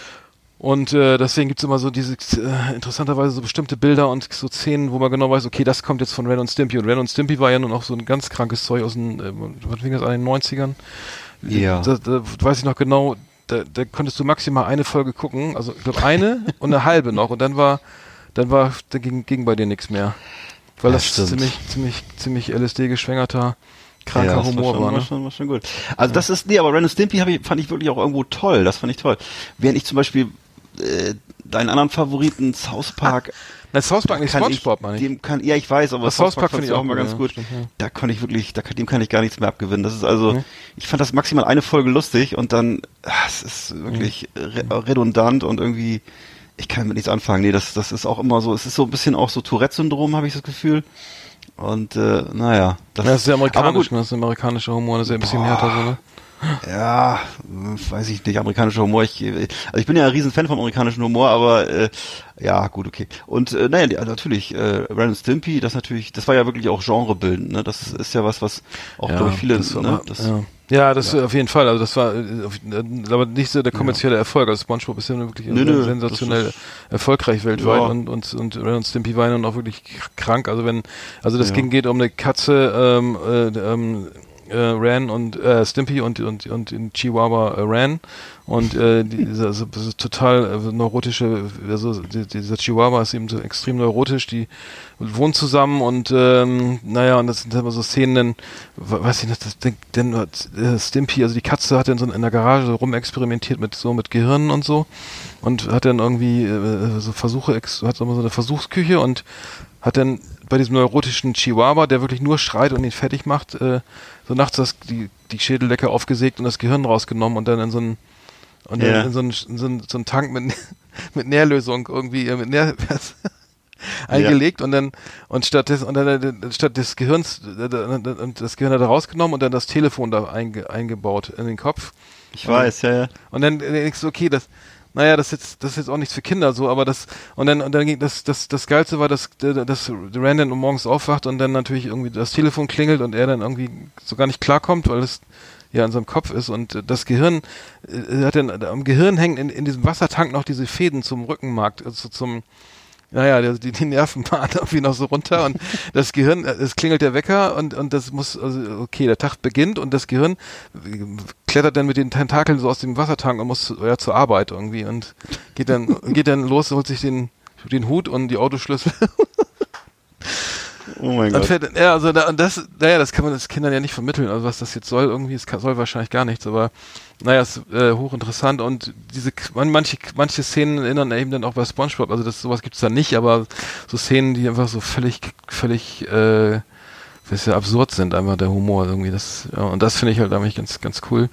Und äh, deswegen gibt's immer so diese äh, interessanterweise so bestimmte Bilder und so Szenen, wo man genau weiß, okay, das kommt jetzt von Ren und Stimpy. Und Ren und Stimpy war ja nun auch so ein ganz krankes Zeug aus den, äh, was fing das an, den neunzigern? Ja. Da, da weiß ich noch genau, da, da konntest du maximal eine Folge gucken, also ich glaube eine und eine halbe noch, und dann war dann war da ging, ging bei dir nichts mehr. Weil ja, das stimmt. ziemlich, ziemlich, ziemlich L S D-geschwängerter, kranker ja, Humor war, schon, war, ne? war, schon, war schon gut. Also ja. das ist, nee, aber Ren und Stimpy hab ich, fand ich wirklich auch irgendwo toll. Das fand ich toll. Während ich zum Beispiel äh, deinen anderen Favoriten, South Park... Na, South Park, nicht SpongeBob, meine ich. Dem kann, ja, ich weiß, aber das South Park finde ich auch immer ganz ja, gut. Stimmt, ja. Da konnte ich wirklich, da, dem kann ich gar nichts mehr abgewinnen. Das ist also, Mhm. ich fand das maximal eine Folge lustig und dann, ach, es ist wirklich mhm. re redundant und irgendwie... Ich kann mit nichts anfangen. Nee, das, das ist auch immer so, es ist so ein bisschen auch so Tourette-Syndrom, habe ich das Gefühl. Und, äh, naja. Das, ja, das ist ja amerikanisch, gut. ne? Das ist amerikanischer Humor, das ist ja ein bisschen Boah. härter, so, ne? Ja, weiß ich nicht, amerikanischer Humor. Ich, also ich bin ja ein riesen Fan vom amerikanischen Humor, aber äh, ja, gut, okay. Und äh, naja, die, also natürlich, äh, Ren und Stimpy, das natürlich, das war ja wirklich auch genrebildend, ne? Das ist ja was, was auch, ja, glaube ich, viele, das war, ne? Das, ja. ja, das ja. auf jeden Fall. Also das war äh, aber nicht so der kommerzielle ja. Erfolg. Also SpongeBob ist ja wirklich nö, nö, sensationell ist, erfolgreich weltweit, ja. und, und, und Ren und Stimpy waren dann auch wirklich krank. Also wenn, also das ja. ging, geht um eine Katze, ähm, äh, ähm, äh, Ren und äh, Stimpy und und und in Chihuahua äh, Ren, und äh, dieser also, total äh, neurotische, also die, dieser Chihuahua ist eben so extrem neurotisch, die wohnen zusammen und ähm, naja, und das sind immer so Szenen, weiß ich nicht, das denn äh, Stimpy, also die Katze hat dann so in der Garage so rumexperimentiert mit so mit Gehirnen und so und hat dann irgendwie äh, so Versuche, hat immer so eine Versuchsküche und hat dann bei diesem neurotischen Chihuahua, der wirklich nur schreit und ihn fertig macht, äh, so nachts das, die, die Schädeldecke aufgesägt und das Gehirn rausgenommen und dann in so einen, und dann yeah. in so einen, in so einen, so einen Tank mit, mit Nährlösung irgendwie, äh, mit Nähr, eingelegt yeah. und dann, und statt des, und dann, statt des Gehirns, und das Gehirn hat er rausgenommen und dann das Telefon da einge, eingebaut in den Kopf. Ich weiß, ja, ja. Und dann denkst du, okay, das, naja, das ist jetzt, das ist jetzt auch nichts für Kinder, so, aber das, und dann, und dann ging das, das, das Geilste war, dass, dass Randall morgens aufwacht und dann natürlich irgendwie das Telefon klingelt und er dann irgendwie so gar nicht klarkommt, weil es ja in seinem Kopf ist und das Gehirn, äh, hat dann, am Gehirn hängen in, in diesem Wassertank noch diese Fäden zum Rückenmark, also zum, naja, die, die Nerven fahren irgendwie noch so runter und das Gehirn, es klingelt der Wecker und, und das muss, also okay, der Tag beginnt und das Gehirn klettert dann mit den Tentakeln so aus dem Wassertank und muss ja zur Arbeit irgendwie und geht dann, geht dann los, holt sich den, den Hut und die Autoschlüssel Oh mein Und Gott. fährt, ja, also da, und das, naja, das kann man das Kindern ja nicht vermitteln, also was das jetzt soll, irgendwie, es kann, soll wahrscheinlich gar nichts, aber naja, es ist äh, hochinteressant und diese, man, manche, manche Szenen erinnern eben dann auch bei SpongeBob, also das, sowas gibt's da nicht, aber so Szenen, die einfach so völlig, völlig, äh, was ja absurd sind, einfach der Humor irgendwie, das, ja, und das finde ich halt eigentlich ganz, ganz cool.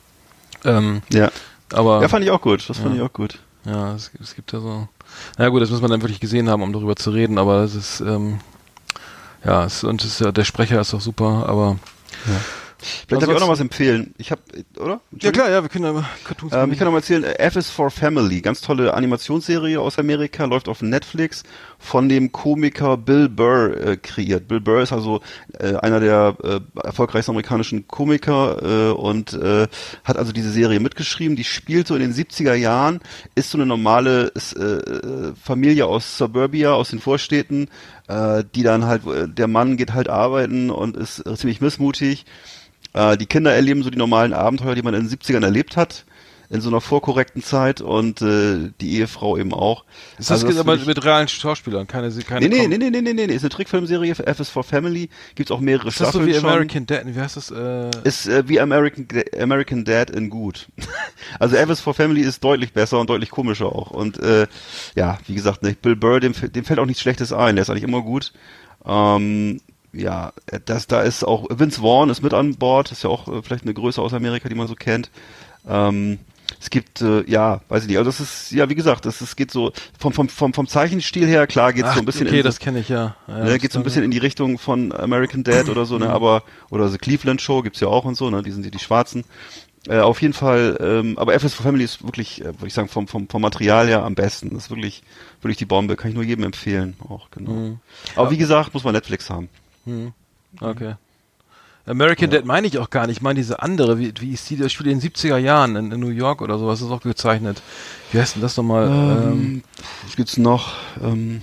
Ähm, Ja. aber. Ja, fand ich auch gut, das fand ja. ich auch gut. Ja, es, es gibt ja so, na gut, das muss man dann wirklich gesehen haben, um darüber zu reden, aber es ist, ähm, ja, es, und es ist ja, der Sprecher ist auch super, aber. Ja. Vielleicht darf ich auch noch was empfehlen. Ich habe, oder? Ja klar, ja, wir können ja Cartoons ähm, Ich kann noch mal erzählen, F is for Family, ganz tolle Animationsserie aus Amerika, läuft auf Netflix, von dem Komiker Bill Burr äh, kreiert. Bill Burr ist also äh, einer der äh, erfolgreichsten amerikanischen Komiker äh, und äh, hat also diese Serie mitgeschrieben. Die spielt so in den siebziger Jahren, ist so eine normale äh, Familie aus Suburbia, aus den Vorstädten, äh, die dann halt, der Mann geht halt arbeiten und ist äh, ziemlich missmutig. Äh, die Kinder erleben so die normalen Abenteuer, die man in den siebzigern erlebt hat, in so einer vorkorrekten Zeit und äh, die Ehefrau eben auch. Ist das, also das das aber ich, mit realen Schauspielern, keine, keine nee, nee, nee, nee, nee, nee, nee, nee, ist eine Trickfilmserie, F is for Family, gibt's auch mehrere ist das Staffeln so wie schon. American Dad, wie heißt das? Äh, Ist äh, wie American American Dad in gut. Also F is for Family ist deutlich besser und deutlich komischer auch. Und äh, ja, wie gesagt, ne, Bill Burr, dem, dem fällt auch nichts Schlechtes ein, der ist eigentlich immer gut. Ähm, ja, das, da ist auch, Vince Vaughn ist mit an Bord, ist ja auch äh, vielleicht eine Größe aus Amerika, die man so kennt. Ähm, es gibt, äh, ja, weiß ich nicht, also das ist, ja, wie gesagt, das, das geht so, vom, vom, vom, vom Zeichenstil her, klar, geht es ach, so ein bisschen okay, in, das kenne ich ja. ja ne, geht so ein bisschen in die Richtung von American Dad oder so, ne, aber, oder The Cleveland Show gibt's ja auch und so, ne, die sind ja die Schwarzen. Äh, auf jeden Fall, ähm, aber F is for Family ist wirklich, äh, würde ich sagen, vom, vom, vom Material her am besten. Das ist wirklich, wirklich die Bombe. Kann ich nur jedem empfehlen. Auch, genau. Mhm. Aber ja. wie gesagt, muss man Netflix haben. Hm. Okay. American Ja. Dad meine ich auch gar nicht. Ich meine diese andere, wie, wie ist die, das spielt in den siebziger Jahren in, in New York oder sowas, ist auch gezeichnet. Wie heißt denn das nochmal? Ähm, Ähm, was gibt's noch? Ähm,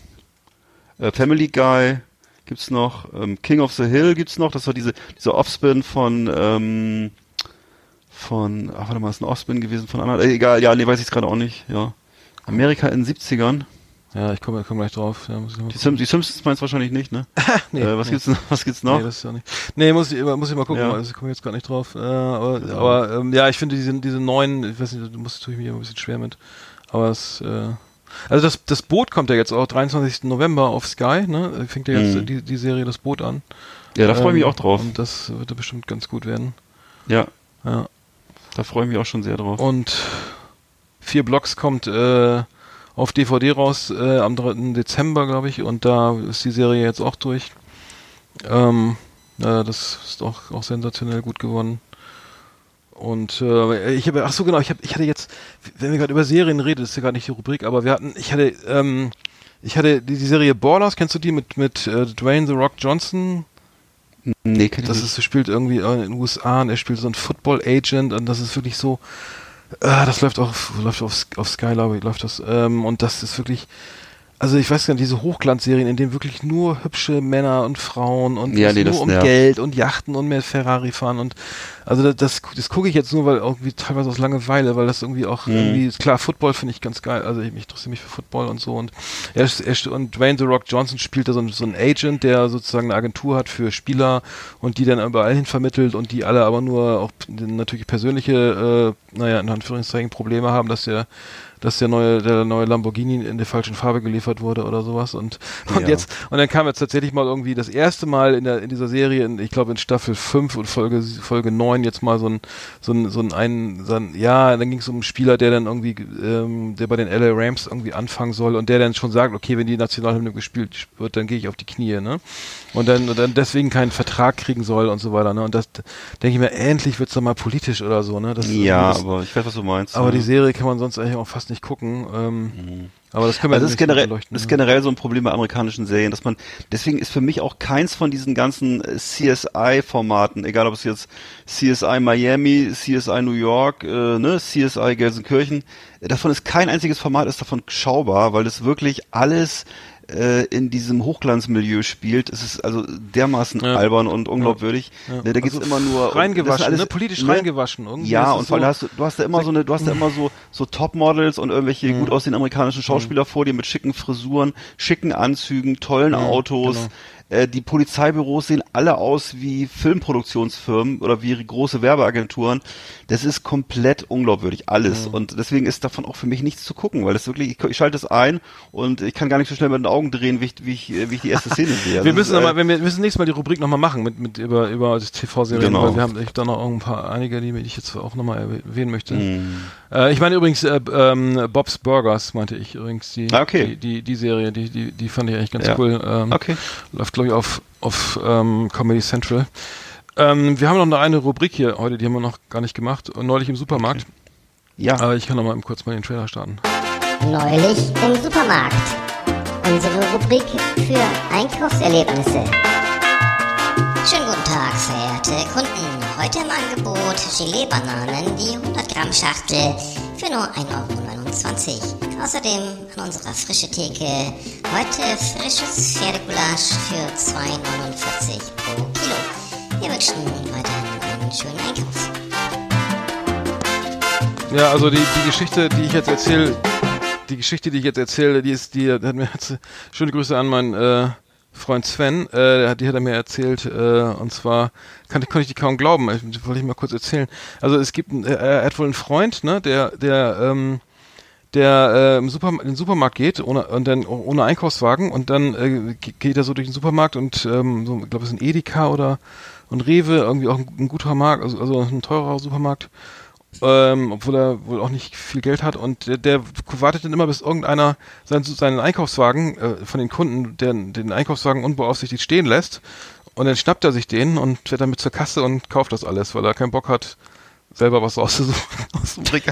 äh, Family Guy gibt's noch. Ähm, King of the Hill gibt's noch. Das war diese, diese Offspin von, ähm, von, ach, warte mal, ist ein Offspin gewesen von anderen. Äh, egal, ja, nee, weiß ich gerade auch nicht, ja. Amerika in den siebzigern. ja, ich komme komm gleich drauf. Ja, muss ich mal Die, Sim die Simpsons meinst du wahrscheinlich nicht, ne? nee, äh, was nee. gibt's noch? Was gibt's noch? Nee, das ist ja nicht. Nee, muss ich, muss ich mal gucken, Ja. also ich komme jetzt gar nicht drauf. Äh, aber Genau. aber ähm, ja, ich finde diese, diese neuen, ich weiß nicht, da muss tue ich mich immer ein bisschen schwer mit. Aber es, äh, also das, das Boot kommt ja jetzt auch dreiundzwanzigsten November auf Sky, ne? Fängt ja jetzt Mhm. die, die Serie Das Boot an. Ja, da freue ich mich Ähm, auch drauf. Und das wird ja bestimmt ganz gut werden. Ja, Ja. da freue ich mich auch schon sehr drauf. Und vier Blocks kommt äh, auf D V D raus äh, am dritten Dezember, glaube ich, und da ist die Serie jetzt auch durch. Ähm, äh, das ist auch, auch sensationell gut geworden. Und äh, ich habe, ach so genau, ich habe, ich hatte jetzt, wenn wir gerade über Serien reden, das ist ja gar nicht die Rubrik, aber wir hatten, ich hatte, ähm, ich hatte die, die Serie Ballers, kennst du die mit mit äh, Dwayne The Rock Johnson? Nee, kenn ich Das nicht. ist, er spielt irgendwie in den U S A und er spielt so ein Football Agent und das ist wirklich so, ah, das läuft auch, läuft auf, auf Sky, glaube ich, läuft das, ähm, und das ist wirklich, also ich weiß gar nicht, diese Hochglanzserien, in denen wirklich nur hübsche Männer und Frauen und Ja, es nee, nur das um nervt. Geld und Yachten und mehr Ferrari fahren und also das, das, das gucke ich jetzt nur, weil irgendwie teilweise aus Langeweile, weil das irgendwie auch Mhm. irgendwie, klar, Football finde ich ganz geil, also ich, ich interessiere mich für Football und so und er, ist- er ist- und Dwayne The Rock Johnson spielt da so, ein- so ein Agent, der sozusagen eine Agentur hat für Spieler und die dann überall hin vermittelt und die alle aber nur auch natürlich persönliche, äh, naja, in Anführungszeichen Probleme haben, dass der dass der neue der neue Lamborghini in der falschen Farbe geliefert wurde oder sowas und und Ja. jetzt und dann kam jetzt tatsächlich mal irgendwie das erste Mal in der in dieser Serie in, ich glaube in Staffel fünf und Folge Folge neun jetzt mal so ein so ein so ein, ein, so ein ja, dann ging es um einen Spieler, der dann irgendwie ähm, der bei den L A Rams irgendwie anfangen soll und der dann schon sagt, okay, wenn die Nationalhymne gespielt wird, dann gehe ich auf die Knie, ne? Und dann und dann deswegen keinen Vertrag kriegen soll und so weiter, ne? Und das denke ich mir, endlich wird's doch mal politisch oder so, ne? Das, Ja, das, aber ich weiß, was du meinst. aber ja. die Serie kann man sonst eigentlich auch fast nicht gucken. Ähm, Aber das können wir Also das ist nicht generell, beleuchten, das ist ne? generell so ein Problem bei amerikanischen Serien, dass man, deswegen ist für mich auch keins von diesen ganzen äh, C S I-Formaten, egal ob es jetzt C S I Miami, C S I New York, äh, ne, C S I Gelsenkirchen, äh, davon ist kein einziges Format ist davon schaubar, weil das wirklich alles äh, in diesem Hochglanzmilieu spielt. Es ist also dermaßen Ja. albern und unglaubwürdig. Ja. Ne, da geht's Also immer nur das sind reingewaschen, alles, ne? Politisch ne? reingewaschen. Irgendwie Ja, ist es und vor allem so, hast du, du hast da immer so eine, du hast da immer so, so Topmodels und irgendwelche gut aussehenden amerikanischen Schauspieler vor dir mit schicken Frisuren, schicken Anzügen, tollen Ja, Autos. genau. Äh, die Polizeibüros sehen alle aus wie Filmproduktionsfirmen oder wie große Werbeagenturen. Das ist komplett unglaubwürdig, alles. Mhm. Und deswegen ist davon auch für mich nichts zu gucken, weil das wirklich, ich, ich schalte es ein und ich kann gar nicht so schnell mit den Augen drehen, wie ich, wie ich, wie ich die erste Szene sehe. wir müssen ist, noch mal, wir müssen nächstes Mal die Rubrik nochmal machen mit, mit über, über das T V-Serien, genau. Weil wir haben da noch ein paar, einige, die ich jetzt auch nochmal erwähnen möchte. Mhm. Äh, ich meine übrigens, äh, ähm, Bob's Burgers meinte ich übrigens, die, ah, okay. die, die, die Serie, die, die, die fand ich eigentlich ganz ja. cool. Ähm, okay. Läuft, glaube ich, auf, auf ähm, Comedy Central. Ähm, wir haben noch eine Rubrik hier heute, die haben wir noch gar nicht gemacht. Neulich im Supermarkt. Okay. Ja. Aber ich kann noch mal kurz mal den Trailer starten. Neulich im Supermarkt. Unsere Rubrik für Einkaufserlebnisse. Schönen guten Tag, verehrte Kunden. Heute im Angebot Gelee-Bananen, die hundert Gramm Schachtel für nur ein Euro neunundzwanzig. Außerdem an unserer frische Theke heute frisches Pferdegulasch für zwei Euro neunundvierzig pro Kilo. Wir wünschen weiterhin einen schönen Einkauf. Ja, also die, die Geschichte, die ich jetzt erzähle, die Geschichte, die ich jetzt erzähle, die ist, die hat mir jetzt, schöne Grüße an meinen äh, Freund Sven, äh, die hat er mir erzählt, äh, und zwar kann, konnte ich die kaum glauben, ich, wollte ich mal kurz erzählen. Also es gibt, äh, er hat wohl einen Freund, ne, der, der, ähm, der äh, im Super, in den Supermarkt geht ohne, und dann ohne Einkaufswagen und dann äh, geht er so durch den Supermarkt und ähm, so, ich glaube, es ist ein Edeka oder ein Rewe, irgendwie auch ein, ein guter Markt, also, also ein teurer Supermarkt. Ähm, obwohl er wohl auch nicht viel Geld hat und der, der wartet dann immer, bis irgendeiner seinen, seinen Einkaufswagen äh, von den Kunden, der den Einkaufswagen unbeaufsichtigt stehen lässt und dann schnappt er sich den und fährt damit zur Kasse und kauft das alles, weil er keinen Bock hat, selber was auszusuchen aus dem Regal.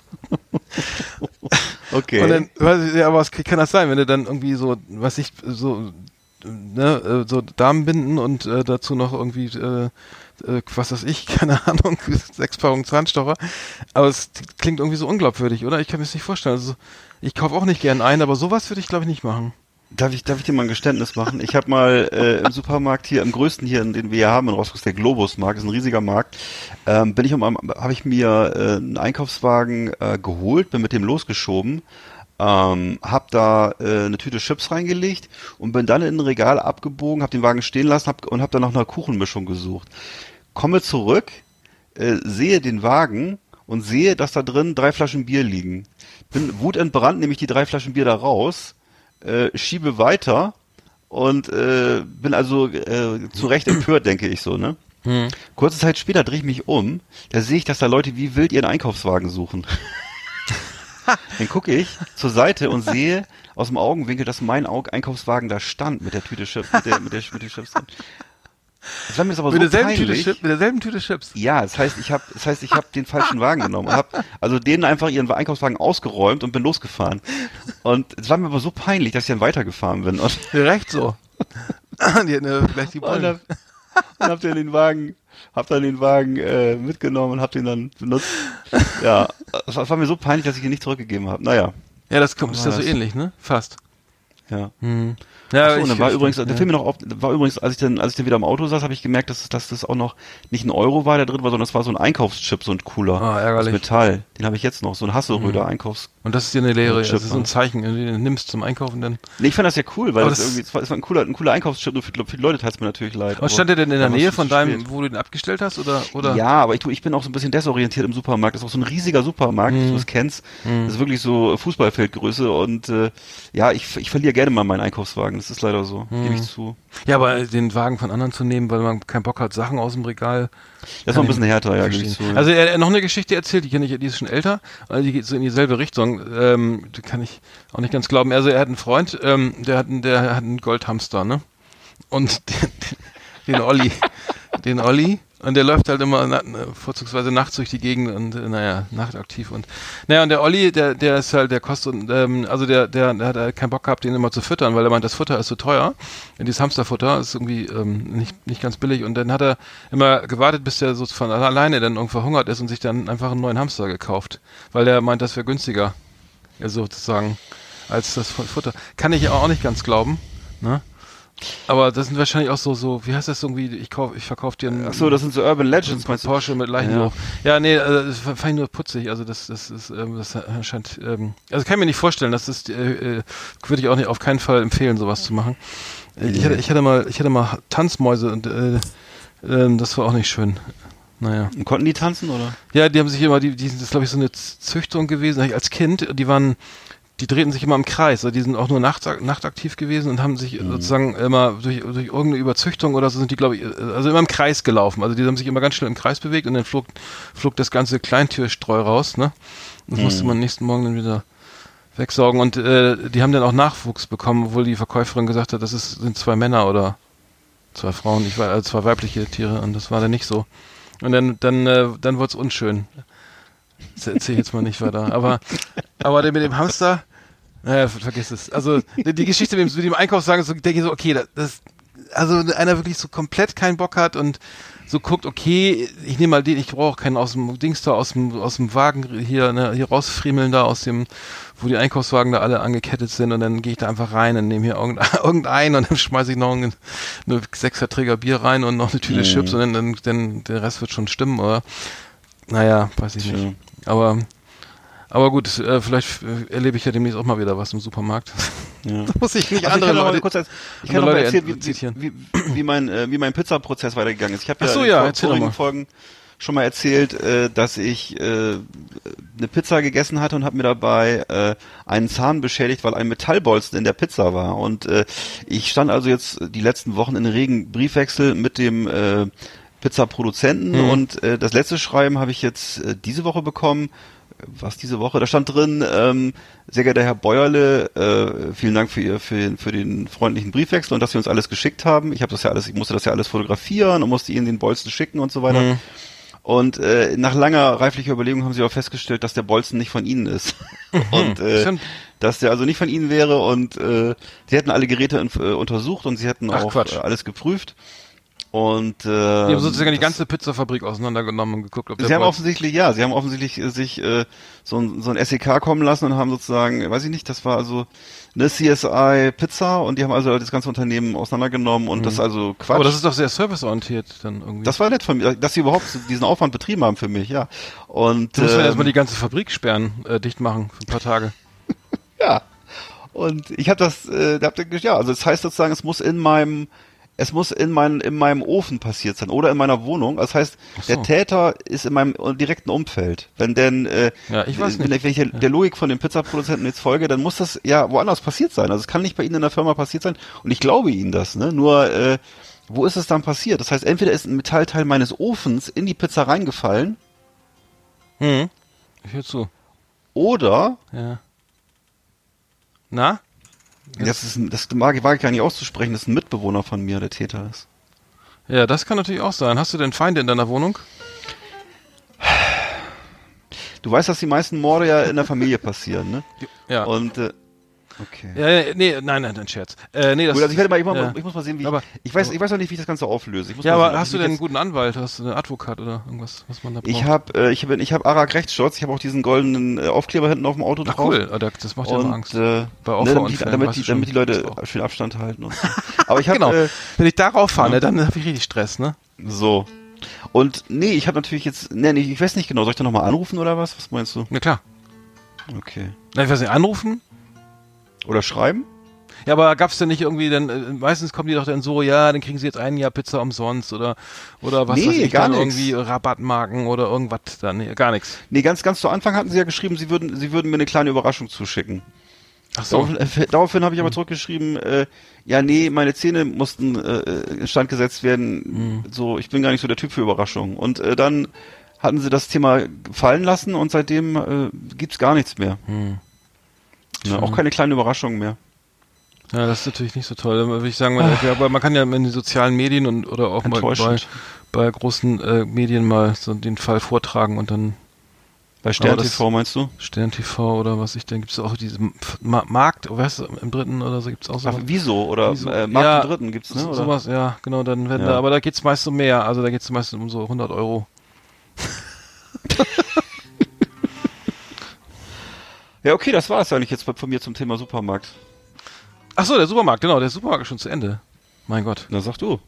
Okay. Und dann, weiß ich, ja, aber was kann das sein, wenn du dann irgendwie so, was ich, so, ne, so Damenbinden und äh, dazu noch irgendwie äh, Äh, was weiß ich, keine Ahnung, sechs Packungen Zahnstocher. Aber es klingt irgendwie so unglaubwürdig, oder? Ich kann mir das nicht vorstellen. Also, ich kaufe auch nicht gern ein, aber sowas würde ich, glaube ich, nicht machen. Darf ich, darf ich dir mal ein Geständnis machen? Ich habe mal äh, im Supermarkt hier, im größten hier, den wir hier haben in Rostock, ist der Globus-Markt, ist ein riesiger Markt, ähm, bin ich um, habe ich mir äh, einen Einkaufswagen äh, geholt, bin mit dem losgeschoben, Ähm, hab da äh, eine Tüte Chips reingelegt und bin dann in ein Regal abgebogen, hab den Wagen stehen lassen hab, und hab dann nach einer Kuchenmischung gesucht. Komme zurück, äh, sehe den Wagen und sehe, dass da drin drei Flaschen Bier liegen. Bin wutentbrannt, nehme ich die drei Flaschen Bier da raus, äh, schiebe weiter und äh, bin also äh, zu Recht empört, denke ich so, ne? Hm. Kurze Zeit später drehe ich mich um, da sehe ich, dass da Leute wie wild ihren Einkaufswagen suchen. Dann gucke ich zur Seite und sehe aus dem Augenwinkel, dass mein Einkaufswagen da stand mit der Tüte Chips, mit der, mit der, mit der Chips drin. Das war mir aber mit so derselben peinlich. Tüte Chips, mit derselben Tüte Chips. Ja, das heißt, ich habe, das heißt, ich habe den falschen Wagen genommen und habe also denen einfach ihren Einkaufswagen ausgeräumt und bin losgefahren. Und es war mir aber so peinlich, dass ich dann weitergefahren bin. Und recht so. Die hätten ja vielleicht die und hab, und hab dann den Wagen, hab dann den Wagen äh, mitgenommen und hab den dann benutzt. Ja, es war, war mir so peinlich, dass ich ihn nicht zurückgegeben habe. Naja. Ja, das kommt, ist ja so ähnlich, ne? Fast. Ja. Hm. Ja, Achso, und dann war übrigens, der ja. Film mir noch auf, war übrigens, als ich dann, als ich dann wieder im Auto saß, habe ich gemerkt, dass, dass das auch noch nicht ein Euro war, der drin war, sondern das war so ein Einkaufschip, so ein cooler. Ah, ärgerlich. Aus Metall. Den habe ich jetzt noch, so ein Hasselröder mhm. Einkaufs. Und das ist dir eine Lehre, Chip, das ist so ein Zeichen, den du nimmst zum Einkaufen dann. Nee, ich fand das ja cool, weil aber das, das irgendwie, es war, es war ein cooler, ein cooler Einkaufschip, nur für, für die Leute tat es mir natürlich leid. Und stand der denn in der Nähe von deinem, spät. wo du den abgestellt hast, oder, oder? Ja, aber ich, ich bin auch so ein bisschen desorientiert im Supermarkt. Das ist auch so ein riesiger Supermarkt, mhm. wie du es kennst. Mhm. Das ist wirklich so Fußballfeldgröße und, äh, ja, ich, ich verliere gerne mal meinen Einkaufswagen. Das ist leider so, mhm. gebe ich zu. Ja, aber den Wagen von anderen zu nehmen, weil man keinen Bock hat, Sachen aus dem Regal. Das ist noch ein bisschen härter, ja, gebe ich zu. Also er hat noch eine Geschichte erzählt, die kenne ich, die ist schon älter, also die geht so in dieselbe Richtung. Ähm, die kann ich auch nicht ganz glauben. Also er hat einen Freund, ähm, der hat einen, der hat einen Goldhamster, ne? Und den, den, den Olli, den Olli. Und der läuft halt immer na, vorzugsweise nachts durch die Gegend und äh, naja, nachtaktiv und naja, und der Olli, der der ist halt, der kostet, ähm, also der, der, der hat halt keinen Bock gehabt, den immer zu füttern, weil er meint, das Futter ist so teuer. Dieses Hamsterfutter ist irgendwie ähm, nicht nicht ganz billig und dann hat er immer gewartet, bis der so von alleine dann irgendwo verhungert ist und sich dann einfach einen neuen Hamster gekauft, weil der meint, das wäre günstiger, ja, sozusagen, als das Futter. Kann ich auch nicht ganz glauben, ne? Aber das sind wahrscheinlich auch so, so, wie heißt das irgendwie, ich kauf, ich verkaufe dir einen... Ach so, das sind so Urban Legends, meinst du? Porsche mit Leichengeruch. Ja. ja, nee, also das fand ich nur putzig, also das, das ist, ähm, das scheint, ähm, also kann ich mir nicht vorstellen, das ist, äh, äh, würde ich auch nicht, auf keinen Fall empfehlen, sowas zu machen. Ich hatte, ich hatte mal, ich hatte mal Tanzmäuse und äh, äh, das war auch nicht schön. Naja. Und konnten die tanzen, oder? Ja, die haben sich immer, die, die sind, das ist glaube ich so eine Züchtung gewesen, als Kind, die waren, die drehten sich immer im Kreis, also die sind auch nur nachts, nachtaktiv gewesen und haben sich mhm. sozusagen immer durch, durch irgendeine Überzüchtung oder so sind die, glaube ich, also immer im Kreis gelaufen, also die haben sich immer ganz schnell im Kreis bewegt und dann flog, flog das ganze Kleintierstreu raus, ne? Das mhm. musste man nächsten Morgen dann wieder wegsaugen und äh, die haben dann auch Nachwuchs bekommen, obwohl die Verkäuferin gesagt hat, das ist, sind zwei Männer oder zwei Frauen, ich war, also zwei weibliche Tiere und das war dann nicht so. Und dann, dann, äh, dann wurde es unschön. Das erzähle ich jetzt mal nicht weiter. Aber, aber mit dem Hamster, naja, vergiss es. Also die, die Geschichte mit dem, mit dem Einkaufswagen, so denke ich so, okay, das, das, also einer wirklich so komplett keinen Bock hat und so guckt, okay, ich nehme mal den, ich brauche keinen aus dem Dings da, aus dem, aus dem Wagen hier, ne, hier rausfriemeln da aus dem, wo die Einkaufswagen da alle angekettet sind und dann gehe ich da einfach rein und nehme hier irgendeinen und dann schmeiße ich noch eine, eine Sechserträger Bier rein und noch eine Tüte mhm. Chips und dann, dann, dann der Rest wird schon stimmen, oder? Naja, weiß ich nicht. Ja. Aber aber gut, äh, vielleicht erlebe ich ja demnächst auch mal wieder was im Supermarkt. Ja. Da muss ich nicht also andere ich Leute... Kurz als, ich kann noch mal erzählen, wie, wie, wie, mein, äh, wie mein Pizzaprozess weitergegangen ist. Ich habe ja so, in ja, den vorigen Folgen schon mal erzählt, äh, dass ich äh, eine Pizza gegessen hatte und habe mir dabei äh, einen Zahn beschädigt, weil ein Metallbolzen in der Pizza war. Und äh, ich stand also jetzt die letzten Wochen in regen Briefwechsel mit dem äh, Pizzaproduzenten mhm. und äh, das letzte Schreiben habe ich jetzt äh, diese Woche bekommen. Was diese Woche? Da stand drin, ähm, sehr geehrter Herr Bäuerle, äh, vielen Dank für ihr, für, für den freundlichen Briefwechsel und dass Sie uns alles geschickt haben. Ich habe das ja alles, ich musste das ja alles fotografieren und musste Ihnen den Bolzen schicken und so weiter. Mhm. Und äh, nach langer reiflicher Überlegung haben Sie auch festgestellt, dass der Bolzen nicht von Ihnen ist. Mhm. Und äh, dass der also nicht von Ihnen wäre und äh, Sie hätten alle Geräte in, äh, untersucht und Sie hätten Ach, auch äh, alles geprüft. Und äh, die haben sozusagen die ganze Pizzafabrik auseinandergenommen und geguckt, ob der Sie haben offensichtlich, ja, sie haben offensichtlich äh, sich äh, so ein so ein S E K kommen lassen und haben sozusagen, weiß ich nicht, das war also eine C S I Pizza und die haben also das ganze Unternehmen auseinandergenommen und mhm. das ist also Quatsch. Aber das ist doch sehr serviceorientiert dann irgendwie. Das war nett von mir, dass sie überhaupt diesen Aufwand betrieben haben für mich, ja. Und du musst ähm, ja erstmal die äh, ganze Fabrik sperren, äh, dicht machen für ein paar Tage. Ja. Und ich habe das, äh, da habt ihr, ja, also das heißt sozusagen, es muss in meinem Es muss in, mein, in meinem Ofen passiert sein oder in meiner Wohnung. Das heißt, so. Der Täter ist in meinem direkten Umfeld. Wenn denn, äh, ja, ich weiß wenn, nicht. wenn ich der, der Logik von den Pizzaproduzenten jetzt folge, dann muss das ja woanders passiert sein. Also es kann nicht bei Ihnen in der Firma passiert sein. Und ich glaube Ihnen das. Ne? Nur, äh, wo ist es dann passiert? Das heißt, entweder ist ein Metallteil meines Ofens in die Pizza reingefallen. Hm. Ich höre zu. Oder. Ja. Na? Das, ist, das mag, wage ich gar nicht auszusprechen, dass ein Mitbewohner von mir der Täter ist. Ja, das kann natürlich auch sein. Hast du denn Feinde in deiner Wohnung? Du weißt, dass die meisten Morde ja in der Familie passieren, ne? Ja. Und äh, okay. Ja, ja, nee, nein, nein, ein Scherz. Äh, nee, das Gut, also ich werde mal, ich, ja. mal, ich muss mal sehen, wie aber, ich, ich weiß, ich weiß noch nicht, wie ich das Ganze auflöse. Ich muss ja, mal aber sehen, hast du denn einen jetzt, guten Anwalt? Hast du einen Advokat oder irgendwas, was man da braucht? Ich habe, äh, ich habe, ich habe Arak Rechtsschutz. Ich habe auch diesen goldenen äh, Aufkleber hinten auf dem Auto Ach, drauf. cool, das macht ja immer Angst. Äh, Bei ne, damit, die, damit, die, damit die Leute schön Abstand halten. Und so. Aber ich habe, genau. Äh, wenn ich darauf fahre, ne, dann habe ich richtig Stress, ne? So. Und nee, ich habe natürlich jetzt, nee, nee, ich weiß nicht genau. Soll ich da nochmal anrufen oder was? Was meinst du? Na klar. Okay. Na, ich weiß nicht, anrufen? Oder schreiben? Ja, aber gab's denn nicht irgendwie, dann äh, meistens kommen die doch dann so, ja, dann kriegen sie jetzt ein Jahr Pizza umsonst oder oder was nee, weiß ich, gar dann nix. irgendwie Rabattmarken oder irgendwas dann, nee, gar nichts. Nee, ganz ganz zu Anfang hatten sie ja geschrieben, sie würden sie würden mir eine kleine Überraschung zuschicken. Ach so. Daraufhin, äh, daraufhin habe ich aber zurückgeschrieben, äh, ja, nee, meine Zähne mussten äh, instand gesetzt werden, mhm. so, ich bin gar nicht so der Typ für Überraschungen. Und äh, dann hatten sie das Thema fallen lassen und seitdem äh, gibt's gar nichts mehr. Mhm. Ja, auch keine kleinen Überraschungen mehr. Ja, das ist natürlich nicht so toll. Da würde ich sagen, man, ja, aber man kann ja in den sozialen Medien und oder auch mal bei, bei großen äh, Medien mal so den Fall vortragen und dann bei Stern T V meinst du? Stern T V oder was ich denke, gibt es auch diese Ma- Markt, weißt du, im Dritten oder so gibt es auch so. Ach, Wieso oder Wieso? Äh, Markt ja, im Dritten gibt's, ne? So, oder? Sowas, ja, genau, dann werden ja. da, aber da geht's meist um mehr, also da geht's meist um so hundert Euro. Ja, okay, das war es eigentlich jetzt von mir zum Thema Supermarkt. Ach so, der Supermarkt, genau, der Supermarkt ist schon zu Ende. Mein Gott. Na, sag du.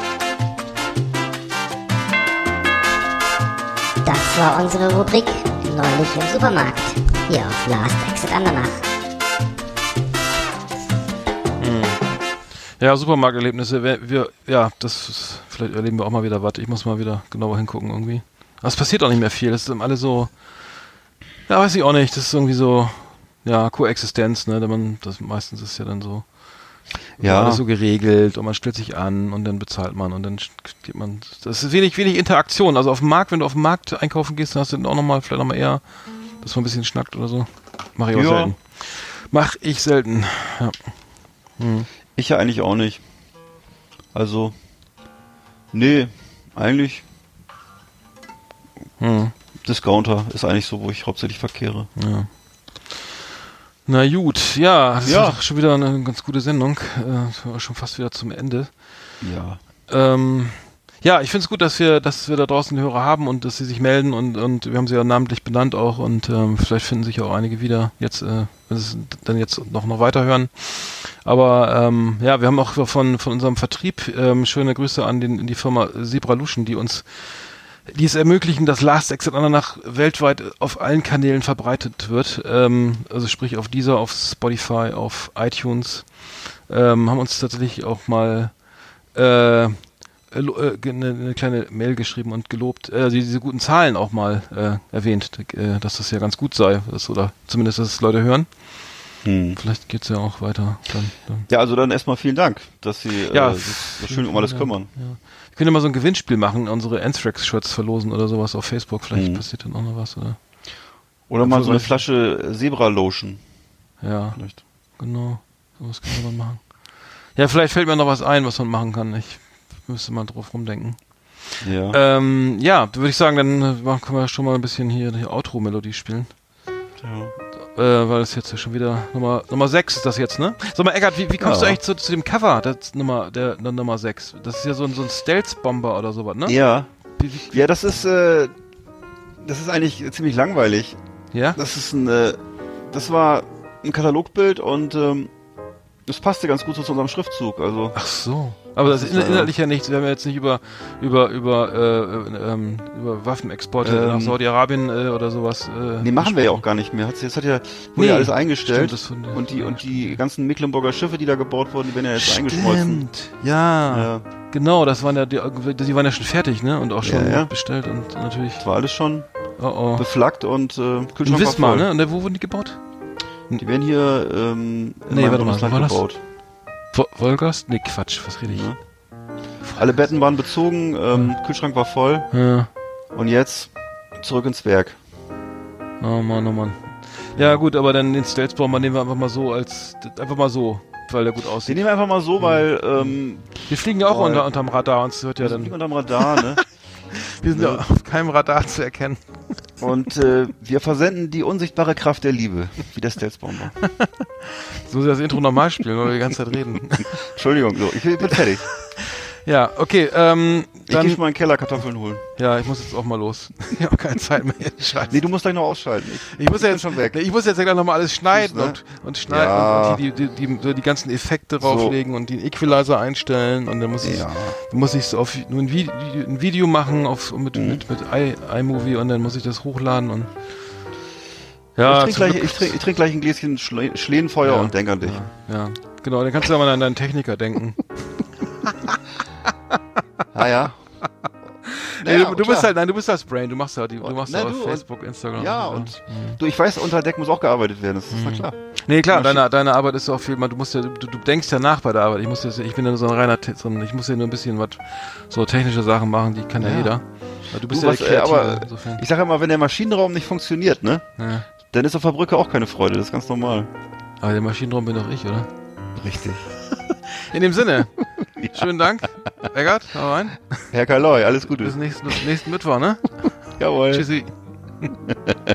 Das war unsere Rubrik Neulich im Supermarkt. Hier auf Last Exit Andernach. Ja, Supermarkterlebnisse. Wir, wir, ja, das ist, vielleicht erleben wir auch mal wieder was. Ich muss mal wieder genauer hingucken irgendwie. Aber es passiert auch nicht mehr viel. Das ist alle so, ja, weiß ich auch nicht. Das ist irgendwie so, ja, Koexistenz, ne? Man, das meistens ist ja dann so, Ja. alles so geregelt und man stellt sich an und dann bezahlt man und dann geht man. Das ist wenig, wenig Interaktion. Also auf dem Markt, wenn du auf dem Markt einkaufen gehst, dann hast du dann auch nochmal, vielleicht nochmal eher, dass man ein bisschen schnackt oder so. Mach ich auch Ja. selten. Mach ich selten. Ja. Hm. Ich ja eigentlich auch nicht. Also, nee, eigentlich Hm. Discounter ist eigentlich so, wo ich hauptsächlich verkehre. Ja. Na gut, ja, das Ja. ist doch schon wieder eine ganz gute Sendung. Äh, schon fast wieder zum Ende. Ja. Ähm, ja, ich finde es gut, dass wir, dass wir da draußen Hörer haben und dass sie sich melden und, und wir haben sie ja namentlich benannt auch und ähm, vielleicht finden sich auch einige wieder jetzt, äh, wenn sie es dann jetzt noch, noch weiterhören. Aber ähm, ja, wir haben auch von, von unserem Vertrieb ähm, schöne Grüße an den, in die Firma Zebralution, die uns die es ermöglichen, dass Last Exit Andernach weltweit auf allen Kanälen verbreitet wird. Ähm, also sprich auf Deezer, auf Spotify, auf iTunes. Ähm, haben uns tatsächlich auch mal äh, eine, eine kleine Mail geschrieben und gelobt, äh, die, diese guten Zahlen auch mal äh, erwähnt, äh, dass das ja ganz gut sei, dass, oder zumindest, dass es Leute hören. Hm. Vielleicht geht's ja auch weiter. Dann, dann. Ja, also dann erstmal vielen Dank, dass Sie Ja, äh, sich so schön um alles ja, kümmern. Ja. Wir können ja mal so ein Gewinnspiel machen, unsere Anthrax-Shirts verlosen oder sowas auf Facebook. Vielleicht Mhm. passiert dann auch noch was, oder? Oder mal so eine Vielleicht- Flasche Zebra-Lotion. Ja, Vielleicht. genau. Sowas können wir dann machen. Ja, vielleicht fällt mir noch was ein, was man machen kann. Ich müsste mal drauf rumdenken. Ja. Ähm, ja, würde ich sagen, dann äh, können wir schon mal ein bisschen hier die Outro-Melodie spielen. ja. Äh, weil das jetzt ja schon wieder Nummer Nummer sechs ist das jetzt, ne? Sag mal, Eggert, wie, wie kommst Ja. du eigentlich zu, zu dem Cover, das Nummer, der, der Nummer sechs? Das ist ja so ein, so ein Stealth-Bomber oder sowas, ne? Ja. Wie, wie, Ja, das ist, äh, das ist eigentlich ziemlich langweilig. ja? Das ist ein, äh, das war ein Katalogbild und ähm, das passte ganz gut so zu unserem Schriftzug. Also Ach so. Aber das Das ist ist, äh, inhaltlich ja nichts. Wir haben ja jetzt nicht über über über äh, ähm, über Waffenexporte Ähm, nach Saudi-Arabien äh, oder sowas. Äh, nee, machen wir ja auch gesprochen. gar nicht mehr. Hat's, jetzt hat ja wurde Nee, ja alles eingestellt stimmt, das von der- und die und die ganzen Mecklenburger Schiffe, die da gebaut wurden, die werden ja jetzt eingeschmolzen. Stimmt. Ja, Ja, genau. Das waren ja die, die waren ja schon fertig, ne? Und auch schon Ja, ja. bestellt und natürlich. das war alles schon Oh oh. beflaggt und äh, In Kühlschrank war Wismar, voll. ne? Und der, wo wurden die gebaut? Die werden hier ähm, in Nee, meinem warte mal, Bundesland wo war das? gebaut. Wo- Wolgast? Nee, Quatsch. Was rede ich? Ja. Alle Betten waren bezogen, ähm, Kühlschrank war voll Ja. und jetzt zurück ins Werk. Oh Mann, oh Mann. Ja gut, aber dann den Stealth-Bomber nehmen wir einfach mal so als einfach mal so, weil der gut Den aussieht. nehmen wir einfach mal so, weil ähm, Wir fliegen ja auch Weil- unter, unterm Radar, uns hört ja wir sind nicht dann. unterm Radar, ne? Wir sind ja auf keinem Radar zu erkennen. Und äh, wir versenden die unsichtbare Kraft der Liebe, wie der Stealth-Bomber. Jetzt muss ich das Intro nochmal spielen, weil wir die ganze Zeit reden. Entschuldigung, so, ich bin fertig. Ja, okay, ähm, Ich gehe dann, schon mal in den Keller Kartoffeln holen. ja, ich muss jetzt auch mal los. Ich habe keine Zeit mehr. Scheiße. Nee, du musst gleich noch ausschalten. Ich, Ich muss ja bin jetzt schon weg. Ich muss jetzt ja gleich nochmal alles schneiden ne? und, und schneiden Ja. und die, die, die, die, so die ganzen Effekte drauflegen und den Equalizer einstellen und dann muss ich Ja. dann muss ich auf nur ein, Video, ein Video machen auf mit Mhm. mit mit i, iMovie und dann muss ich das hochladen und ja, ich trinke zum gleich, Glück- ich trink, ich trink gleich ein Gläschen Schle Schlehenfeuer Ja. und denk an dich. ja, ja, genau, dann kannst du ja mal an deinen Techniker denken. Ah ja. Nee, Naja, du, du klar. bist halt, nein, du bist das Brain, du machst ja die, du Und- machst na, ja du, auf und- Facebook, Instagram. Ja, so. und Mhm. du, ich weiß, unter Deck muss auch gearbeitet werden, das ist na klar. Nee, klar, Maschine- deine, deine Arbeit ist auch viel, man, du musst ja, du, du denkst ja nach bei der Arbeit. Ich muss jetzt, ich bin ja so ein reiner, Te- so ein, ich muss ja nur ein bisschen was, so technische Sachen machen, die kann ja, Ja. jeder. Aber du bist Du, ja was, der äh, Kreative, aber insofern. Ich sage immer, wenn der Maschinenraum nicht funktioniert, ne, Ja. dann ist auf der Brücke auch keine Freude, das ist ganz normal. Aber der Maschinenraum bin doch ich, oder? Richtig. In dem Sinne, schönen Dank, Eggert, hau rein. Herr Kaloi, alles Gute. Bis nächsten, nächsten Mittwoch, ne? Jawohl. Tschüssi.